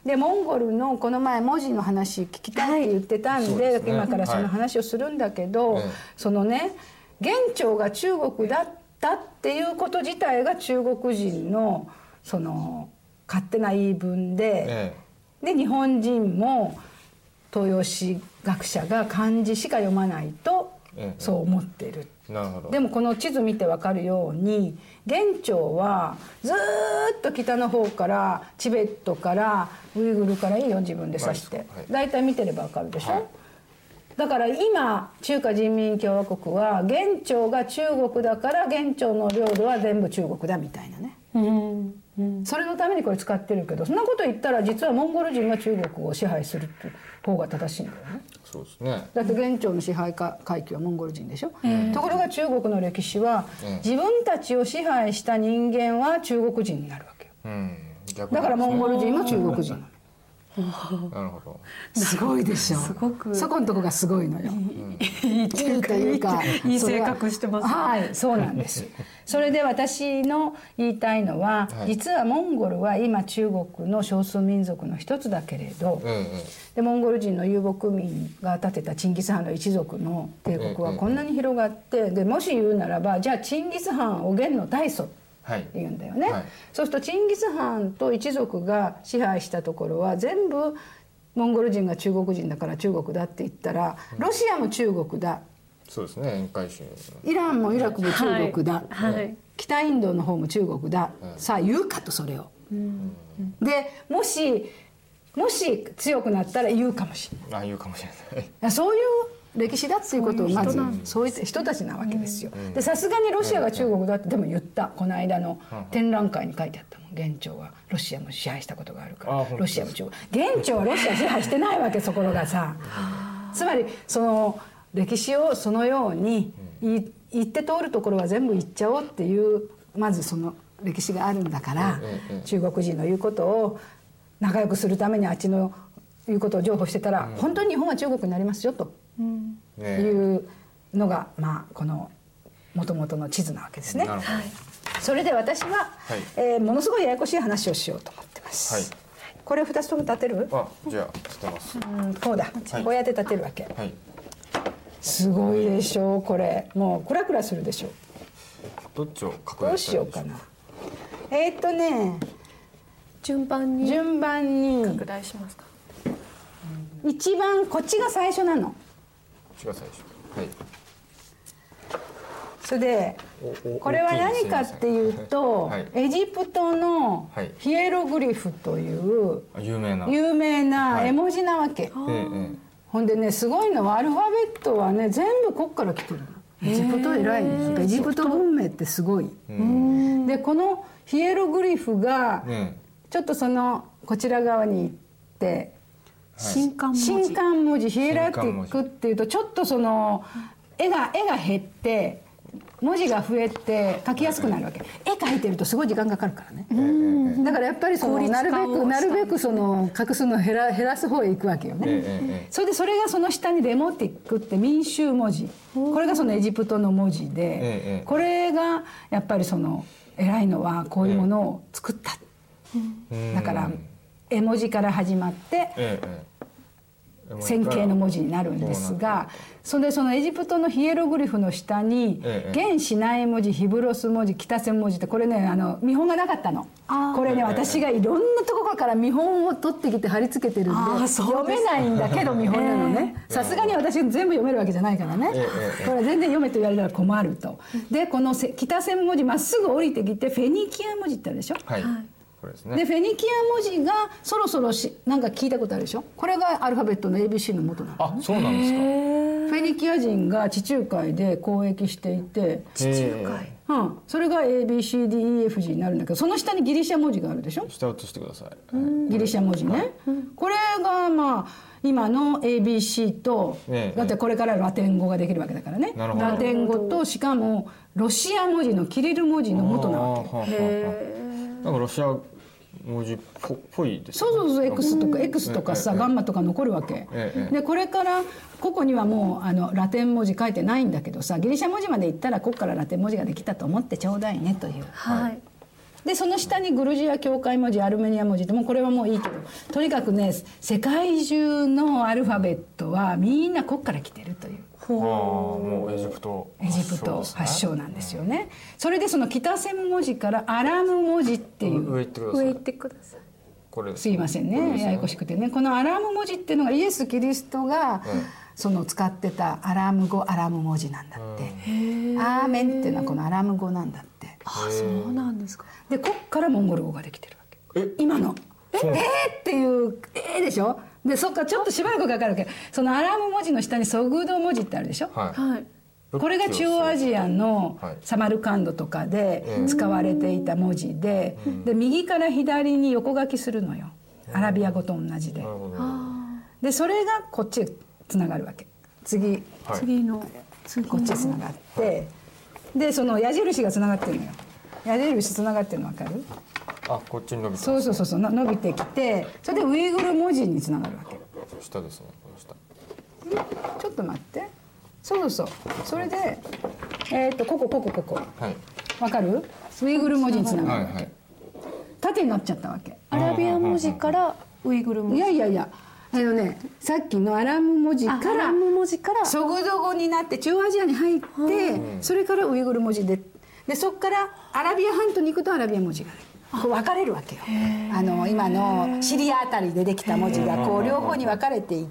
でモンゴルのこの前文字の話聞きたいって言ってたんで、はい、今からその話をするんだけど、はい、そのね元朝が中国だったっていうこと自体が中国人のその勝手な言い分で、ええで日本人も東洋史学者が漢字しか読まないとそう思っている、うんうん、なるほど。でもこの地図見て分かるように元朝はずっと北の方からチベットからウイグルからいいよ自分で指して、はい、大体見てれば分かるでしょ、はい、だから今中華人民共和国は元朝が中国だから元朝の領土は全部中国だみたいなね、うんうん、それのためにこれ使ってるけど、そんなこと言ったら実はモンゴル人が中国を支配するっていう方が正しいんだよね。 そうですね。 だって元朝の支配海域はモンゴル人でしょ、うん、ところが中国の歴史は、うん、自分たちを支配した人間は中国人になるわけよ、うん、だからモンゴル人は中国人なの。 なるほど。 すごいでしょ。すごくそこのとこがすごいのよ。 いい、いいというか、いい性格してますね。 はい、そうなんです。それで私の言いたいのは、はい、実はモンゴルは今中国の少数民族の一つだけれど、うんうん、でモンゴル人の遊牧民が建てたチンギス・ハンの一族の帝国はこんなに広がって、でもし言うならば、じゃあチンギス・ハンおげんの大祖って言うんだよね、はいはい、そうするとチンギス・ハンと一族が支配したところは全部モンゴル人が中国人だから中国だって言ったら、ロシアも中国だ、 そうですね、沿海州、 イランもイラクも中国だ、はいはい、北インドの方も中国だ、はい、さあ言うかとそれを、うん、でもしもし強くなったら言うかもしれない、 あ、言うかもしれない、 そういう歴史だっていうことをまずそういう人たちなわけですよ。でさすがにロシアが中国だってでも言った、この間の展覧会に書いてあったもん、元朝はロシアも支配したことがあるからロシアも中国、元朝はロシア支配してないわけそころがさ、つまりその歴史をそのように言って通るところは全部言っちゃおうっていうまずその歴史があるんだから、中国人の言うことを仲良くするためにあっちのいうことを譲歩してたら、うん、本当に日本は中国になりますよと、うん、いうのが、まあ、この元々の地図なわけですね。はい、それで私は、はい、えー、ものすごいややこしい話をしようと思ってます。はい、これをふたつとも立てる？ あ、じゃあ立てます。 うん、こうだ、はい、こうやって立てるわけ。はい、すごいでしょうこれ。もうクラクラするでしょう。 どっちを拡大したらいいでしょう？どうしようかな。えー、っとね、 順番に順番に拡大しますか。 一番こっちが最初なの。こっちが最初。はい。 それでこれは何かっていうと、はい、エジプトのヒエログリフという有名な有名な絵文字なわけ。はい、ほんでね、すごいのはアルファベットはね全部こっから来てるの。エジプト偉いんです。エジプト文明ってすごい。でこのヒエログリフがちょっとそのこちら側に行って、 新漢文字、 新漢文字ヒエラティックっていうとちょっとその絵が絵が減って文字が増えて書きやすくなるわけ。絵描いてるとすごい時間がかかるからね。だからやっぱりそのなるべくなるべくその画数の減ら減らす方へ行くわけよね。それでそれがその下にデモティックって民衆文字、これがそのエジプトの文字で、これがやっぱりその偉いのはこういうものを作った。だから絵文字から始まって線形の文字になるんですが、それでそのエジプトのヒエログリフの下に原シナイ文字、ヒブロス文字、北線文字ってこれね、あの見本がなかったの。これね、私がいろんなところから見本を取ってきて貼り付けてるんで読めないんだけど見本なのね。さすがに私全部読めるわけじゃないからね。これ全然読めと言われたら困ると。でこの北線文字まっすぐ降りてきてフェニキア文字ってあるでしょ。はい、これですね。でフェニキア文字がそろそろしなんか聞いたことあるでしょ。これがアルファベットの エービーシー の元なの。 あ、そうなんですか。 フェニキア人が地中海で交易していて、 地中海、 うん、それが エービーシーディーイーエフジー になるんだけど、その下にギリシャ文字があるでしょ。 下を写してください。 ギリシャ文字ね、はい、これがまあ今の エービーシー と、ね、だってこれからラテン語ができるわけだからね。ラテン語としかもロシア文字のキリル文字の元なわけ。へー、なんかロシア文字っぽいですね。 そうそうそう、 X とか X とかさ、ガンマとか残るわけ、でこれからここにはもうあのラテン文字書いてないんだけどさ、ギリシャ文字までいったらここからラテン文字ができたと思ってちょうだいねという。はい、でその下にグルジア教会文字、アルメニア文字ってもうこれはもういいけど、とにかくね世界中のアルファベットはみんなここから来てるという。 もうエジプトエジプト発祥なんですよね。それでその北線文字からアラム文字っていう、 上行ってください。 上行ってください。 これすいませんね、ややこしくてね。このアラム文字っていうのがイエス・キリストがその使ってたアラム語、アラム文字なんだって。アーメンっていうのはこのアラム語なんだって。 あ、そうなんですか。 でこっからモンゴル語ができてるわけ。今のええー、っていうえー、でしょ。でそっかちょっとしばらくかかるけど、そのアラム文字の下にソグド文字ってあるでしょ。はい、これが中央アジアのサマルカンドとかで使われていた文字で、で右から左に横書きするのよ、アラビア語と同じで。でそれがこっちへつながるわけ。次、 はい、次の次こっちへつながって、でその矢印がつながってるのよ。矢印つながってるの分かる？ あ、こっちに伸びて、 そうそうそうそう、伸びてきて、それでウイグル文字につながるわけ。 下ですね、この下。ちょっと待って。そうそうそう。それでえっとここここここ。はい。わかる？ウイグル文字につながるわけ。はいはい、縦になっちゃったわけ。 アラビア文字からウイグル文字。 いやいやいや。あのね、さっきのアラム文字からアラム文字からソグド語になって中央アジアに入って、それからウイグル文字で、でそこからアラビア半島に行くとアラビア文字がある。こう分かれるわけよ。あの今のシリアあたりでできた文字がこう両方に分かれていって、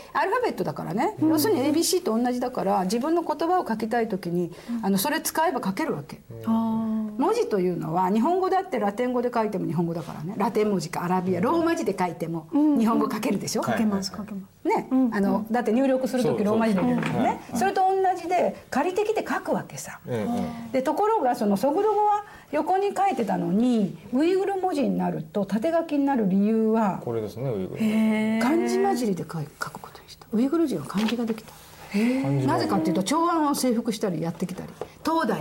アルファベットだからね、要するに エービーシー と同じだから、自分の言葉を書きたい時にあのそれ使えば書けるわけ。文字というのは日本語だってラテン語で書いても日本語だからね。ラテン文字かアラビアローマ字で書いても日本語書けるでしょ。 書けます書けますね。あのだって入力する時ローマ字で入れるのね。それと同じで借りてきて書くわけさ。でところがそのソグド語は横に書いてたのにウイグル文字になると縦書きになる理由はこれですね。ウイグル漢字混じりで書くことにした。ウイグル人は漢字ができた。なぜかっていうと長安を征服したりやってきたり東大だから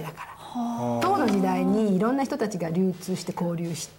唐の時代にいろんな人たちが流通して交流して、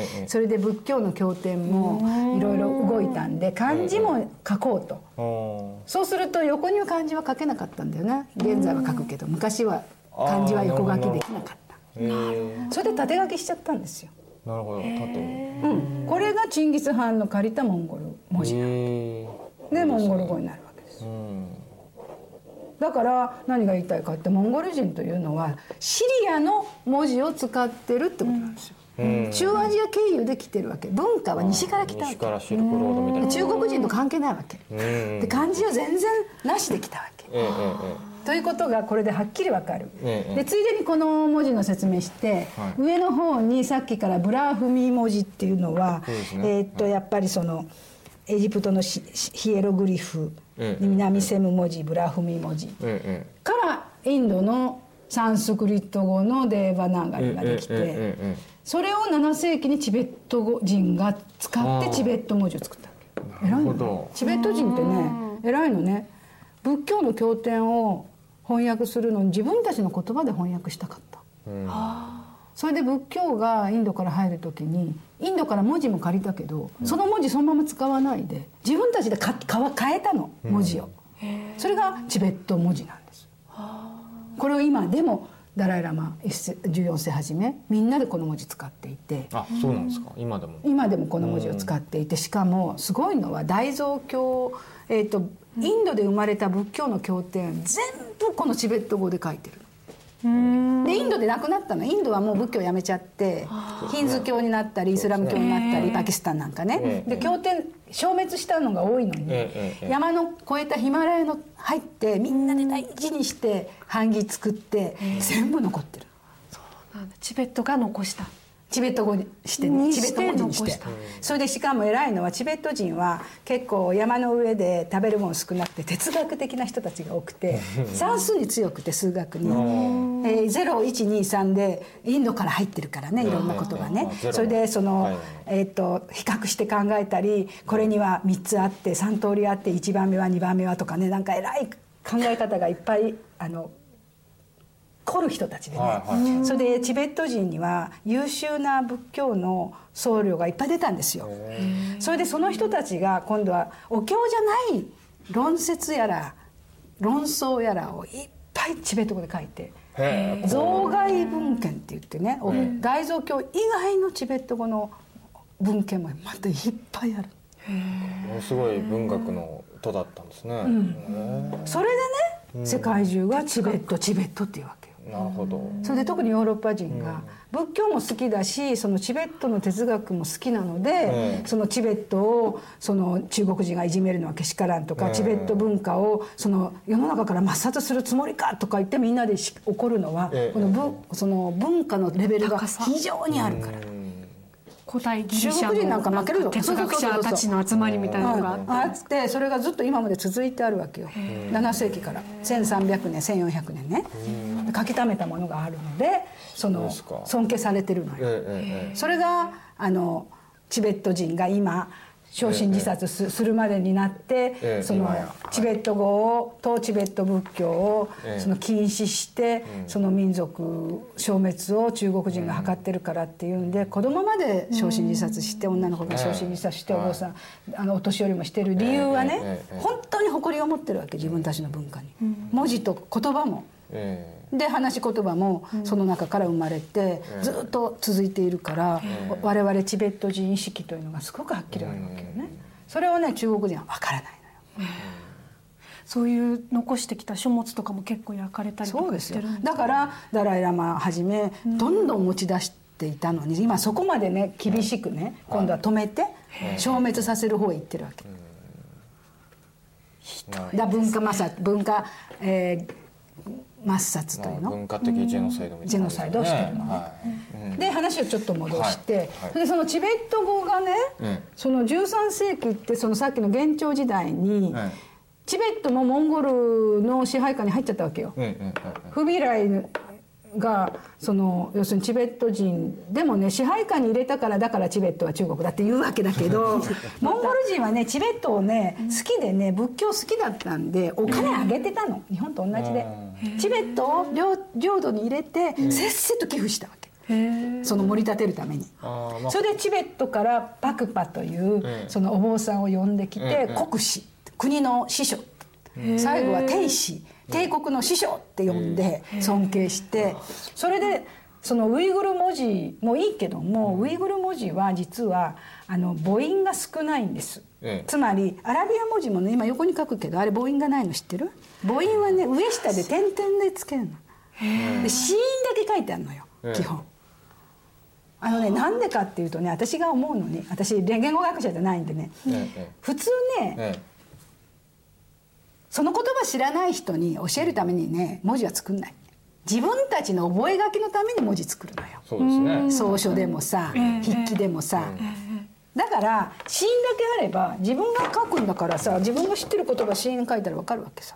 それで仏教の経典もいろいろ動いたんで漢字も書こうと。そうすると横には漢字は書けなかったんだよね。現在は書くけど昔は漢字は横書きできなかった。それで縦書きしちゃったんですよ。 なるほど、縦に、 うん、これがチンギス・ハンの借りたモンゴル文字でモンゴル語になるわけです。だから何が言いたいかってモンゴル人というのはシリアの文字を使ってるってことなんですよ。中アジア経由で来てるわけ。文化は西から来たわけ。 西からシルクロードみたいな。 中国人と関係ないわけ。で漢字は全然なしで来たわけ。ということがこれではっきりわかる。でついでにこの文字の説明して、はい、上の方にさっきからブラフミ文字っていうのは、ね、えっとやっぱりそのエジプトのヒエログリフ、南セム文字、ブラフミ文字からインドのサンスクリット語のデーバナーガリができて、それをなな世紀にチベット人が使ってチベット文字を作ったわけ。偉いのね。チベット人ってね偉いのね。仏教の経典を翻訳するのに自分たちの言葉で翻訳したかった、うん、それで仏教がインドから入る時にインドから文字も借りたけど、うん、その文字そのまま使わないで自分たちでかか変えたの文字を、うん、それがチベット文字なんです。これを今でもダライラマじゅうよん世はじめみんなでこの文字使っていて。 あ、そうなんですか。今でも今でもこの文字を使っていて、しかもすごいのは大蔵経、えーとインドで生まれた仏教の経典全部このチベット語で書いてる。でインドでなくなったの。インドはもう仏教やめちゃってヒンズー教になったりイスラム教になったりパキスタンなんかね、で経典消滅したのが多いのに、山の越えたヒマラヤの入ってみんなで大事にして版木作って全部残ってる。 そうなんだ。チベットが残した。 チベット語にしてね、チベット文字にして。それでしかも偉いのはチベット人は結構山の上で食べるもの少なくて哲学的な人たちが多くて算数に強くて数学に、えー、ゼロいちにさんでインドから入ってるからねいろんなことがね。それでその、はい、えー、と比較して考えたりこれにはみっつあってさん通りあっていちばんめはにばんめはとかね、なんか偉い考え方がいっぱいあの凝る人たちでね、はいはい、それでチベット人には優秀な仏教の僧侶がいっぱい出たんですよ。それでその人たちが今度はお経じゃない論説やら論争やらをいっぱいチベット語で書いて造外文献って言ってね、大蔵経以外のチベット語の文献もまたいっぱいある。 ものすごい文学の都だったんですね、うん、 それでね世界中がチベットチベットっていうわけよ。 なるほど。 それで特にヨーロッパ人が仏教も好きだしそのチベットの哲学も好きなので、うん、そのチベットをその中国人がいじめるのはけしからんとか、うん、チベット文化をその世の中から抹殺するつもりかとか言ってみんなで怒るのは、うん、この文その文化のレベルが非常にあるから。 古代ギリシャの哲学者たちの集まりみたいなのがあって、それがずっと今まで続いてあるわけよ。なな世紀からせんさんびゃくねんせんよんひゃくねんね書き溜めたものがあるのでその尊敬されてるのよ。それがあのチベット人が今焼身自殺 す, するまでになって、ええ、そのチベット語を東チベット仏教をその禁止して、ええ、その民族消滅を中国人が図ってるからっていうんで、子供まで焼身自殺して、女の子が焼身自殺して、お坊さんあのお年寄りもしてる理由はね、本当に誇りを持ってるわけ、自分たちの文化に。文字と言葉もで話し言葉もその中から生まれてずっと続いているから、我々チベット人意識というのがすごくはっきりあるわけよね。それはね中国人は分からないのよ。 そういう残してきた書物とかも結構焼かれたりとかしてるんですか。 だからダライラマはじめどんどん持ち出していたのに、今そこまでね厳しくね今度は止めて消滅させる方へ行ってるわけ。だ文化摩擦文化、えー抹殺というの文化的ジェノサイドみたいな、ね、 ジェノサイドをしてるのね、はいうん、で話をちょっと戻して、はいはい、でそのチベット語がね、うん、そのじゅうさん世紀ってそのさっきの元朝時代に、はい、チベットもモンゴルの支配下に入っちゃったわけよ、うんうんうん、フビライがその要するにチベット人でもね支配下に入れたからだからチベットは中国だって言うわけだけどモンゴル人はねチベットをね好きでね仏教好きだったんでお金あげてたの、日本と同じでチベットを 領, 領土に入れてせっせと寄付したわけ、その盛り立てるために。それでチベットからパクパというそのお坊さんを呼んできて国師、国の師匠、最後は帝師、帝国の師匠って呼んで尊敬して、それでそのウイグル文字もいいけども、ウイグル文字は実はあの母音が少ないんです、つまりアラビア文字もね今横に書くけどあれ母音がないの知ってる？母音はね上下で点々でつけるので、子音だけ書いてあるのよ基本。あのねなんでかっていうとね、私が思うのに、私言語学者じゃないんでね、普通ねその言葉知らない人に教えるためにね文字は作んない。自分たちの覚書きのために文字作るのよ。 そうですね。 草書でもさ、筆記でもさ、だから子音だけあれば自分が書くんだからさ、自分の知ってる言葉子音書いたら分かるわけさ。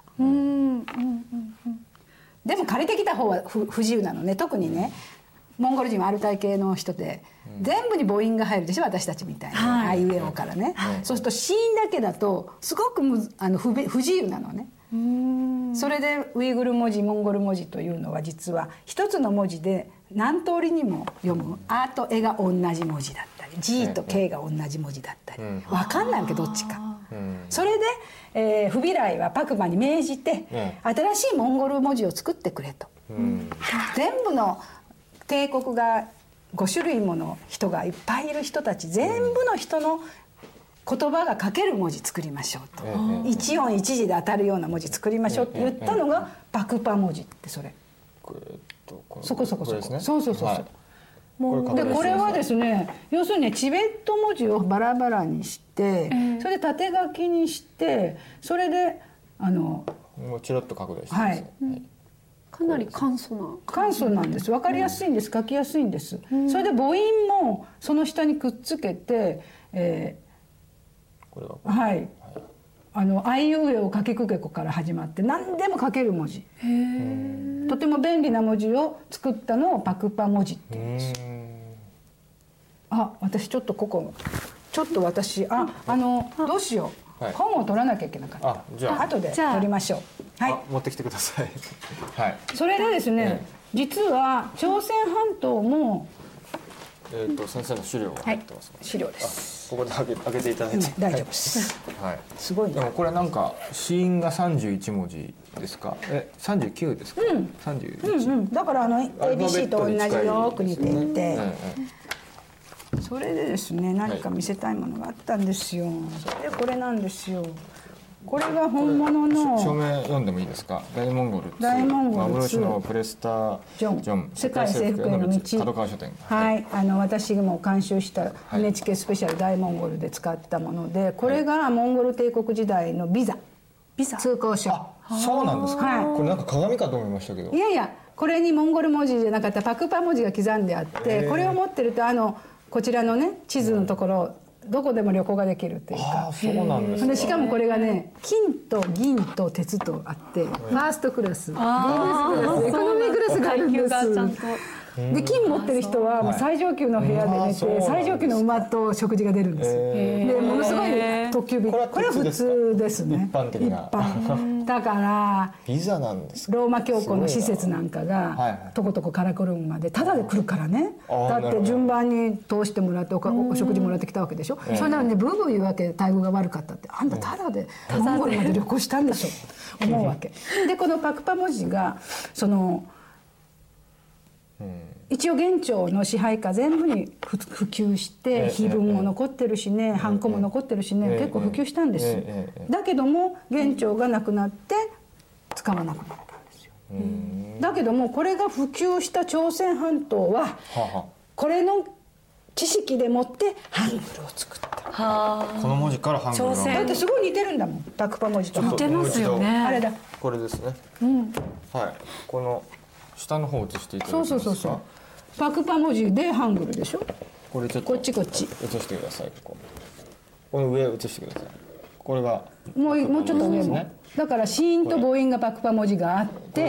でも借りてきた方は不不自由なのね。特にねモンゴル人はアルタイ系の人で、うん、全部に母音が入るでしょ、私たちみたいに、はい、あいうえおからね、はい、そうすると子音だけだとすごくむあの 不, 不自由なのね。うーん、それでウイグル文字モンゴル文字というのは実は一つの文字で何通りにも読む、あとえが同じ文字だったり G と K が同じ文字だったり、うん、分かんないわけどっちか、うん、それで、えー、フビライはパクバに命じて、うん、新しいモンゴル文字を作ってくれと、うん、全部の帝国がご種類もの人がいっぱいいる人たち全部の人の言葉が書ける文字作りましょうと、うん、一音一字で当たるような文字作りましょうって言ったのがパクパ文字って、それそこそこそこ、そうそうそうそう、はい、もうでこれはですね、要するに、ね、チベット文字をバラバラにして、えー、それで縦書きにして、それであのもうチロッと拡大してます、 はい、 はい、 かなり簡素な簡素なんです。分かりやすいんです、書きやすいんです、うん、それで母音もその下にくっつけて、えー、これはこれ、はい、はい、あのあいうえおかきくけこから始まって何でも書ける文字、へとても便利な文字を作ったのをパクパ文字って言うんです。あ、私ちょっとここちょっと私ああのどうしよう、はい、本を取らなきゃいけなかった。あ、じゃあ後で取りましょう。はい、 持ってきてください。はい。 それでですね、ええ、実は朝鮮半島もえっと先生の資料が入ってます、ね、 はい、資料です。 ここで開け、開けていただいて、 うん、大丈夫です。 はい。 すごいね。 でもこれなんか子音がさんじゅういち文字ですか。え、さんじゅうきゅうですか。うん、さんじゅういち。うんうん。だからあの エービーシー と同じよく似ていて。それでですね、何か見せたいものがあったんですよ。それでこれなんですよ。これが本物の証明読んでもいいですか。大モンゴル大モンゴル幻のプレスタージョン世界征服への道角川書店、 はい、あの私も監修した エヌエイチケー スペシャル大モンゴルで使ったもので、これがモンゴル帝国時代のビザビザ通行証。 あ、そうなんですか、はい、これなんか鏡かと思いましたけど、 いやいや、これにモンゴル文字じゃなかったパクパ文字が刻んであって、これを持ってるとあのこちらのね地図のところ、どこでも旅行ができるっていうか。 あ、そうなんですか。 でしかもこれがね金と銀と鉄とあって、ファーストクラス、ビジネスクラス、エコノミークラスがあるんです。で金持ってる人はもう最上級の部屋で寝て、最上級の馬と食事が出るんです。でものすごい特急便、これは普通ですね。 一般的な。 一般だからビザなんです。 ローマ教皇の施設なんかがとことこカラコルムまでタダで来るからね。だって順番に通してもらって お, お食事もらってきたわけでしょ。それなのにブーブー言うわけ、待遇が悪かったって、あんたタダでモンゴルまで旅行したんでしょ思うわけで、このパクパ文字がその一応元朝の支配下全部に普及して、碑文も残ってるしね、ハンコも残ってるしね、結構普及したんです。だけども元朝がなくなって使わなくなったんですよ。だけどもこれが普及した朝鮮半島はこれの知識でもってハングルを作った。 この文字からハングルが、 だってすごい似てるんだもん、パクパ文字と。 似てますよね。 あれだ、 これですね、 うん、 はい、この下の方を写していただけますか。 そうそうそうそう、パクパ文字でハングルでしょ。 これちょっとこっちこっち写してください。こここの上写してください。 これがもうもうちょっと上も、だから子音と母音がパクパ文字があって、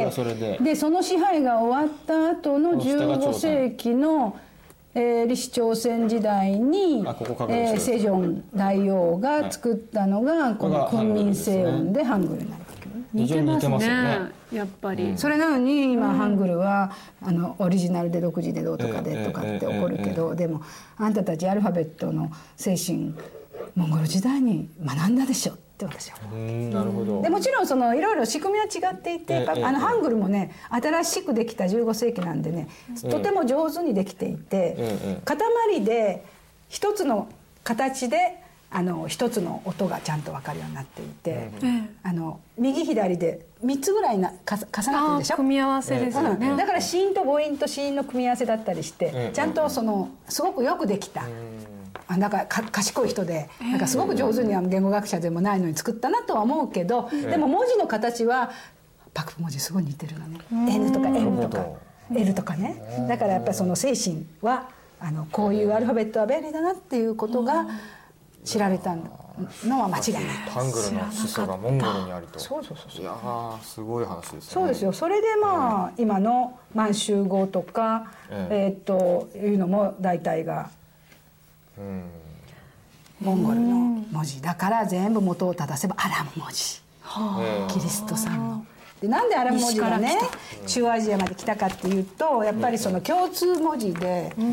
そでその支配が終わった後のじゅうご世紀のえー、李氏朝鮮時代にここ、えー、世宗大王が作ったのが、はい、この訓民正音でハングルになるわけ、ね、 似てますね、やっぱり、 うん、それなのに今、うん、ハングルはあのオリジナルで独自でどうとかでとかって起こるけど、でもあんたたちアルファベットの精神モンゴル時代に学んだでしょって私は思う。 なるほど。 でもちろんそのいろいろ仕組みは違っていて、ええ、あのハングルもね新しくできたじゅうご世紀なんでね、とても上手にできていて、え、塊で一つの形であの一つの音がちゃんと分かるようになっていて、あの右左でみっつぐらいなか重なってるでしょ。 組み合わせですよね、 うん、だから子音と母音と子音の組み合わせだったりして、ちゃんとそのすごくよくできた。だからか賢い人でなんかすごく上手に言語学者でもないのに作ったなとは思うけど、でも文字の形はパク文字すごい似てるのね。 N とか M とか L とかね。だからやっぱりその精神はあのこういうアルファベットは便利だなっていうことが知られたのは間違いない。 ハングルの始祖がモンゴルにあると。 そうそうそうそう。 いやーすごい話ですね。 そうですよ。それでまあ、うん、今の満州語とか、えええー、っというのも大体が。うん、モンゴルの文字だから全部元を正せばアラム文字、はあ、キリストさんの。でなんでアラム文字がね中央アジアまで来たかっていうと、やっぱりその共通文字で、うん、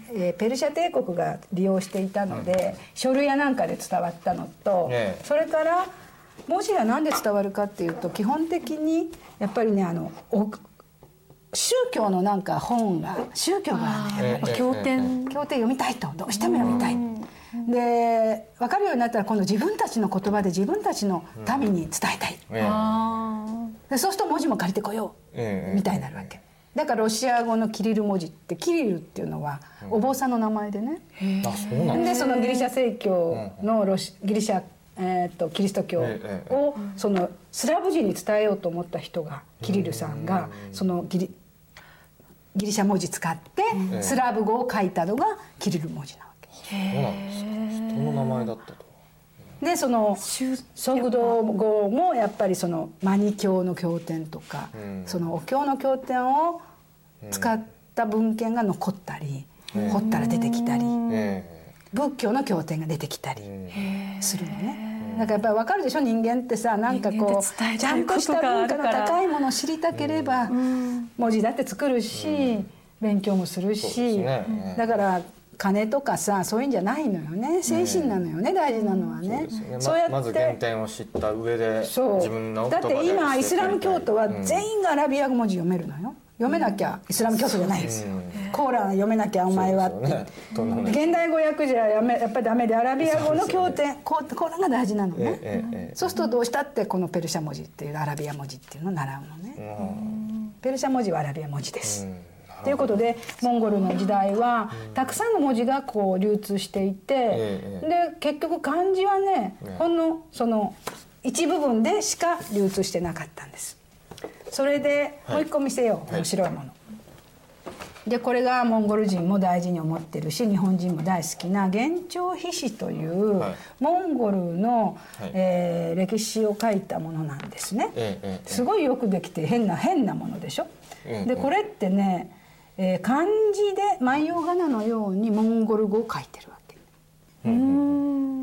えー、ペルシャ帝国が利用していたので、うん、書類やなんかで伝わったのと、ね、それから文字がなんで伝わるかっていうと、基本的にやっぱりねあの宗教のなんか本が宗教がねやっぱり経典経典読みたいとどうしても読みたい、うん、で分かるようになったら今度自分たちの言葉で自分たちの民に伝えたい、うん、でそうすると文字も借りてこよう、うん、みたいになるわけ。だからロシア語のキリル文字ってキリルっていうのはお坊さんの名前でね、うん、あそうなんでそのギリシャ正教のロシギリシャえー、とキリスト教をそのスラブ人に伝えようと思った人がキリルさんがそのギリギリシャ文字使ってスラブ語を書いたのがキリル文字なわけ。 そうなんですか。人の名前だったと。 でそのソグド語もやっぱりそのマニ教の経典とかそのお経の経典を使った文献が残ったり掘ったら出てきたり仏教の経典が出てきたりするのね。だからやっぱり分かるでしょ、人間ってさ、なんかこうちゃんとした文化の高いものを知りたければ文字だって作るし勉強もするし、だから金とかさそういうんじゃないのよね、精神なのよね、大事なのはね。 そうやってまず原点を知った上で自分の言葉でだって今イスラム教徒は全員がアラビア語文字読めるのよ。読めなきゃイスラム教徒じゃないですよ。コーラン読めなきゃお前はって、ね、現代語訳じゃやめやっぱりダメでアラビア語の経典コーランが大事なのね、えええ、そうするとどうしたってこのペルシャ文字っていうアラビア文字っていうのを習うのね、うん、ペルシャ文字はアラビア文字です、うん、ということでモンゴルの時代はたくさんの文字がこう流通していて、で結局漢字はねほんのその一部分でしか流通してなかったんです。それでもう一個見せよう、面白いもの、はい、でこれがモンゴル人も大事に思ってるし日本人も大好きな元朝碑誌という、はい、モンゴルの、はい、えー、歴史を書いたものなんですね、えええ、すごいよくできて変な変なものでしょ、え、でこれってね、えー、漢字で万葉仮名のようにモンゴル語を書いてるわけ、うん、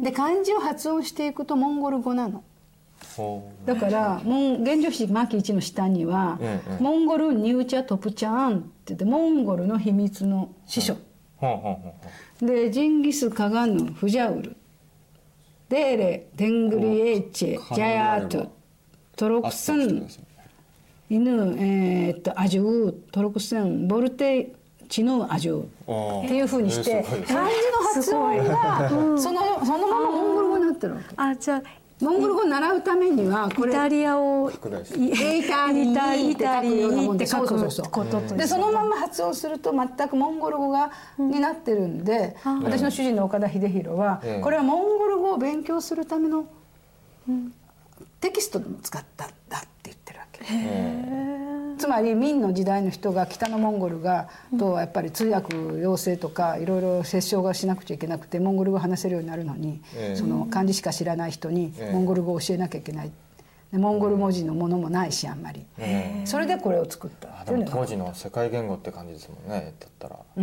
で漢字を発音していくとモンゴル語なの。だから現状史マキいちの下には、うんうん、モンゴルニューチャトプチャーンって言ってモンゴルの秘密の司書、うん、でジンギスカガヌフジャウルデーレデングリエーチェジャヤートトロクスンイヌ、えー、っとアジュートロクスンボルテチヌアジューっていうふうにして漢字の発音がその、そのままモンゴル語になってるわけ。 あ、じゃあモンゴル語を習うためにはこれイタリアをイタリーって書くようなもんで、そうそうそうそうでそのまま発音すると全くモンゴル語が、うん、になってるんで、うん、私の主人の岡田秀弘は、うん、これはモンゴル語を勉強するための、うん、テキストを使ったんだって言ってるわけ。つまり明の時代の人が北のモンゴルがとやっぱり通訳要請とかいろいろ折衝がしなくちゃいけなくてモンゴル語話せるようになるのに、えー、その漢字しか知らない人にモンゴル語を教えなきゃいけない。でモンゴル文字のものもないしあんまり、えー、それでこれを作ったっていうのが当時の世界言語って感じですもんね。だったら、うん、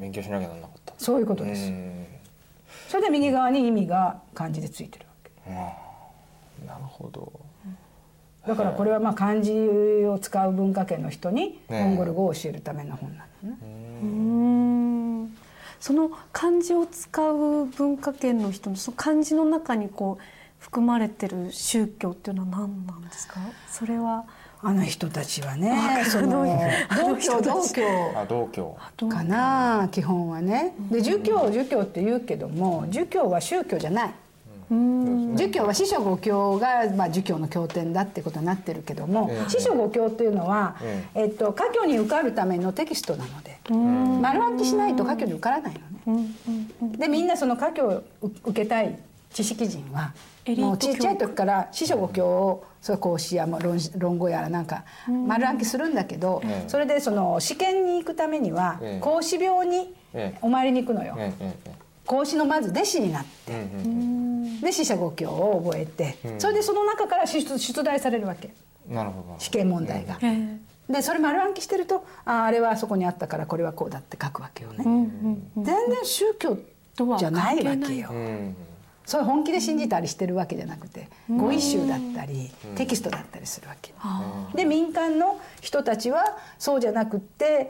勉強しなきゃならなかった。 そういうことです。それで右側に意味が漢字でついてるわけ。 うん、なるほど。 だからこれはまあ漢字を使う文化圏の人にモンゴル語を教えるための本なのね。 うーん、その漢字を使う文化圏の人のその漢字の中にこう含まれてる宗教っていうのは何なんですか？それはあの人たちはね、その道教道教あ道教かな基本はね。で儒教儒教って言うけども儒教は宗教じゃない。儒教は四書五経が、まあ、儒教の経典だってことになってるけども、えー、四書五経っていうのは、えーえっと、科挙に受かるためのテキストなので丸暗記しないと科挙に受からないのね。でみんなその科挙を受けたい知識人はもうちっちゃい時から四書五経をそれ講師や論論語やらなんか丸暗記するんだけど、それでその試験に行くためには孔子廟にお参りに行くのよ。孔子のまず弟子になって、で四書五経を覚えて、それでその中から出出題されるわけ。 なるほど。 試験問題が。でそれ丸暗記してると あ, あれはあそこにあったからこれはこうだって書くわけよね。全然宗教じゃないわけよ。それ本気で信じたりしてるわけじゃなくて語彙集だったりテキストだったりするわけ。で民間の人たちはそうじゃなくって、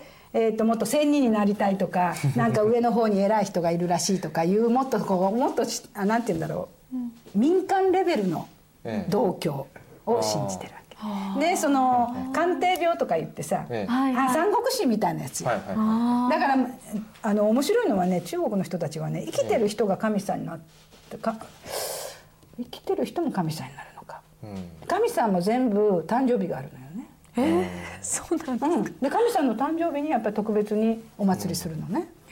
えー、ともっと仙人になりたいとかなんか上の方に偉い人がいるらしいとかいうもっとこうもっとあなんて言うんだろう民間レベルの道教を信じてるわけ。でその鑑定病とか言ってさ、ええ、あ三国志みたいなやつよ、はいはい、だからあの面白いのはね中国の人たちはね生きてる人が神さんになってか生きてる人も神さんになるのか、うん、神さんも全部誕生日があるのよね。 えー、そうなんですか、うん、 で神さんの誕生日にやっぱり特別にお祭りするのね、うん、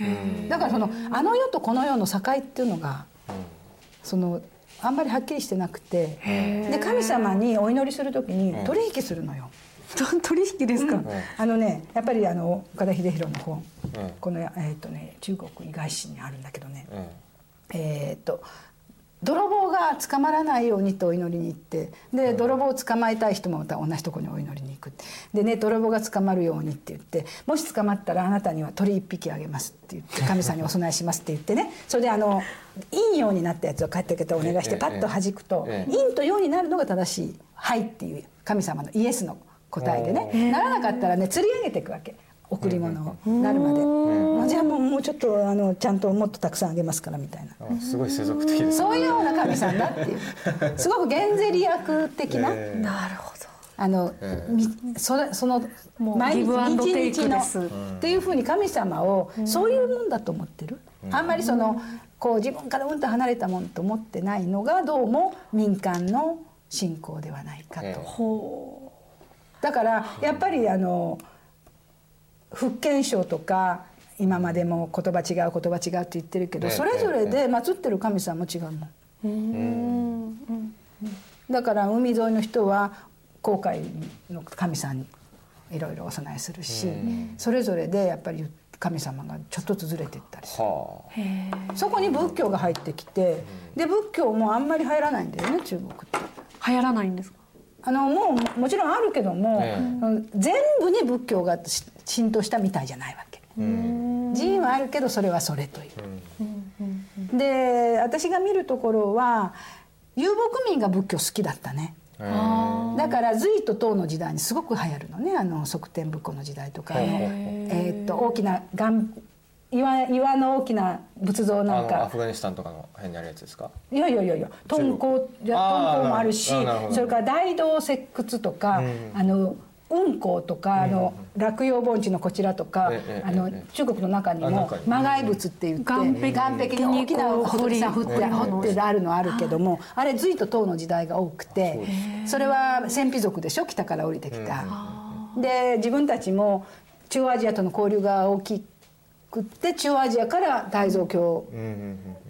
だからそのあの世とこの世の境っていうのが、うん、そのあんまりはっきりしてなくて、で神様にお祈りする時に取引するのよ。 取引ですか、 うん、あのねやっぱりあの岡田秀弘の本、うん、この、えーとね、中国医外史にあるんだけどね、うん、えっと泥棒が捕まらないようにとお祈りに行ってで泥棒を捕まえたい人もまた同じところにお祈りに行くでね泥棒が捕まるようにって言ってもし捕まったらあなたには鳥一匹あげますって言って神様にお供えしますって言ってねそれであの陰陽になったやつを帰ってきてお願いしてパッと弾くと陰と陽になるのが正しいはいっていう神様のイエスの答えでねならなかったらね釣り上げていくわけ贈り物をなるまで、うん、じゃあもう、もうちょっとあのちゃんともっとたくさんあげますからみたいなすごい世俗的ですね。 そういうような神さんだっていうすごくゲンゼリアク的な、 えー、なるほどあの、えー、そ, れその毎日一日のっていうふうに神様をそういうもんだと思ってる、うん、あんまりそのこう自分からうんと離れたもんと思ってないのがどうも民間の信仰ではないかと、えー、だからやっぱりあの福建省とか今までも言葉違う言葉違うって言ってるけどそれぞれで祀ってる神様も違うもん。うんだから海沿いの人は航海の神さんにいろいろお供えするしそれぞれでやっぱり神様がちょっとずつずれていったりする。そこに仏教が入ってきてで仏教もあんまり入らないんだよね中国って。 流行らないんですか？ あのもうもちろんあるけども、えー、全部に仏教が浸透したみたいじゃないわけ。寺院はあるけどそれはそれという。で私が見るところは遊牧民が仏教好きだったね。だから隋と唐の時代にすごく流行るのねあの側天仏教の時代とかあの、えー、っと大きな岩岩, 岩の大きな仏像なんかアフガニスタンとかの辺にあるやつですか？ いやいやいやいや敦煌もあるしそれから大同石窟とか、うん、あの雲光とか、うん、あの洛陽盆地のこちらとか、うん、あの中国の中にも磨崖仏って言って岩壁に大きな掘って掘ってあるのあるけどもあれ隋と唐の時代が多くてそれは鮮卑族でしょ北から降りてきた。で自分たちも中央アジアとの交流が大きいで中央アジアから大蔵経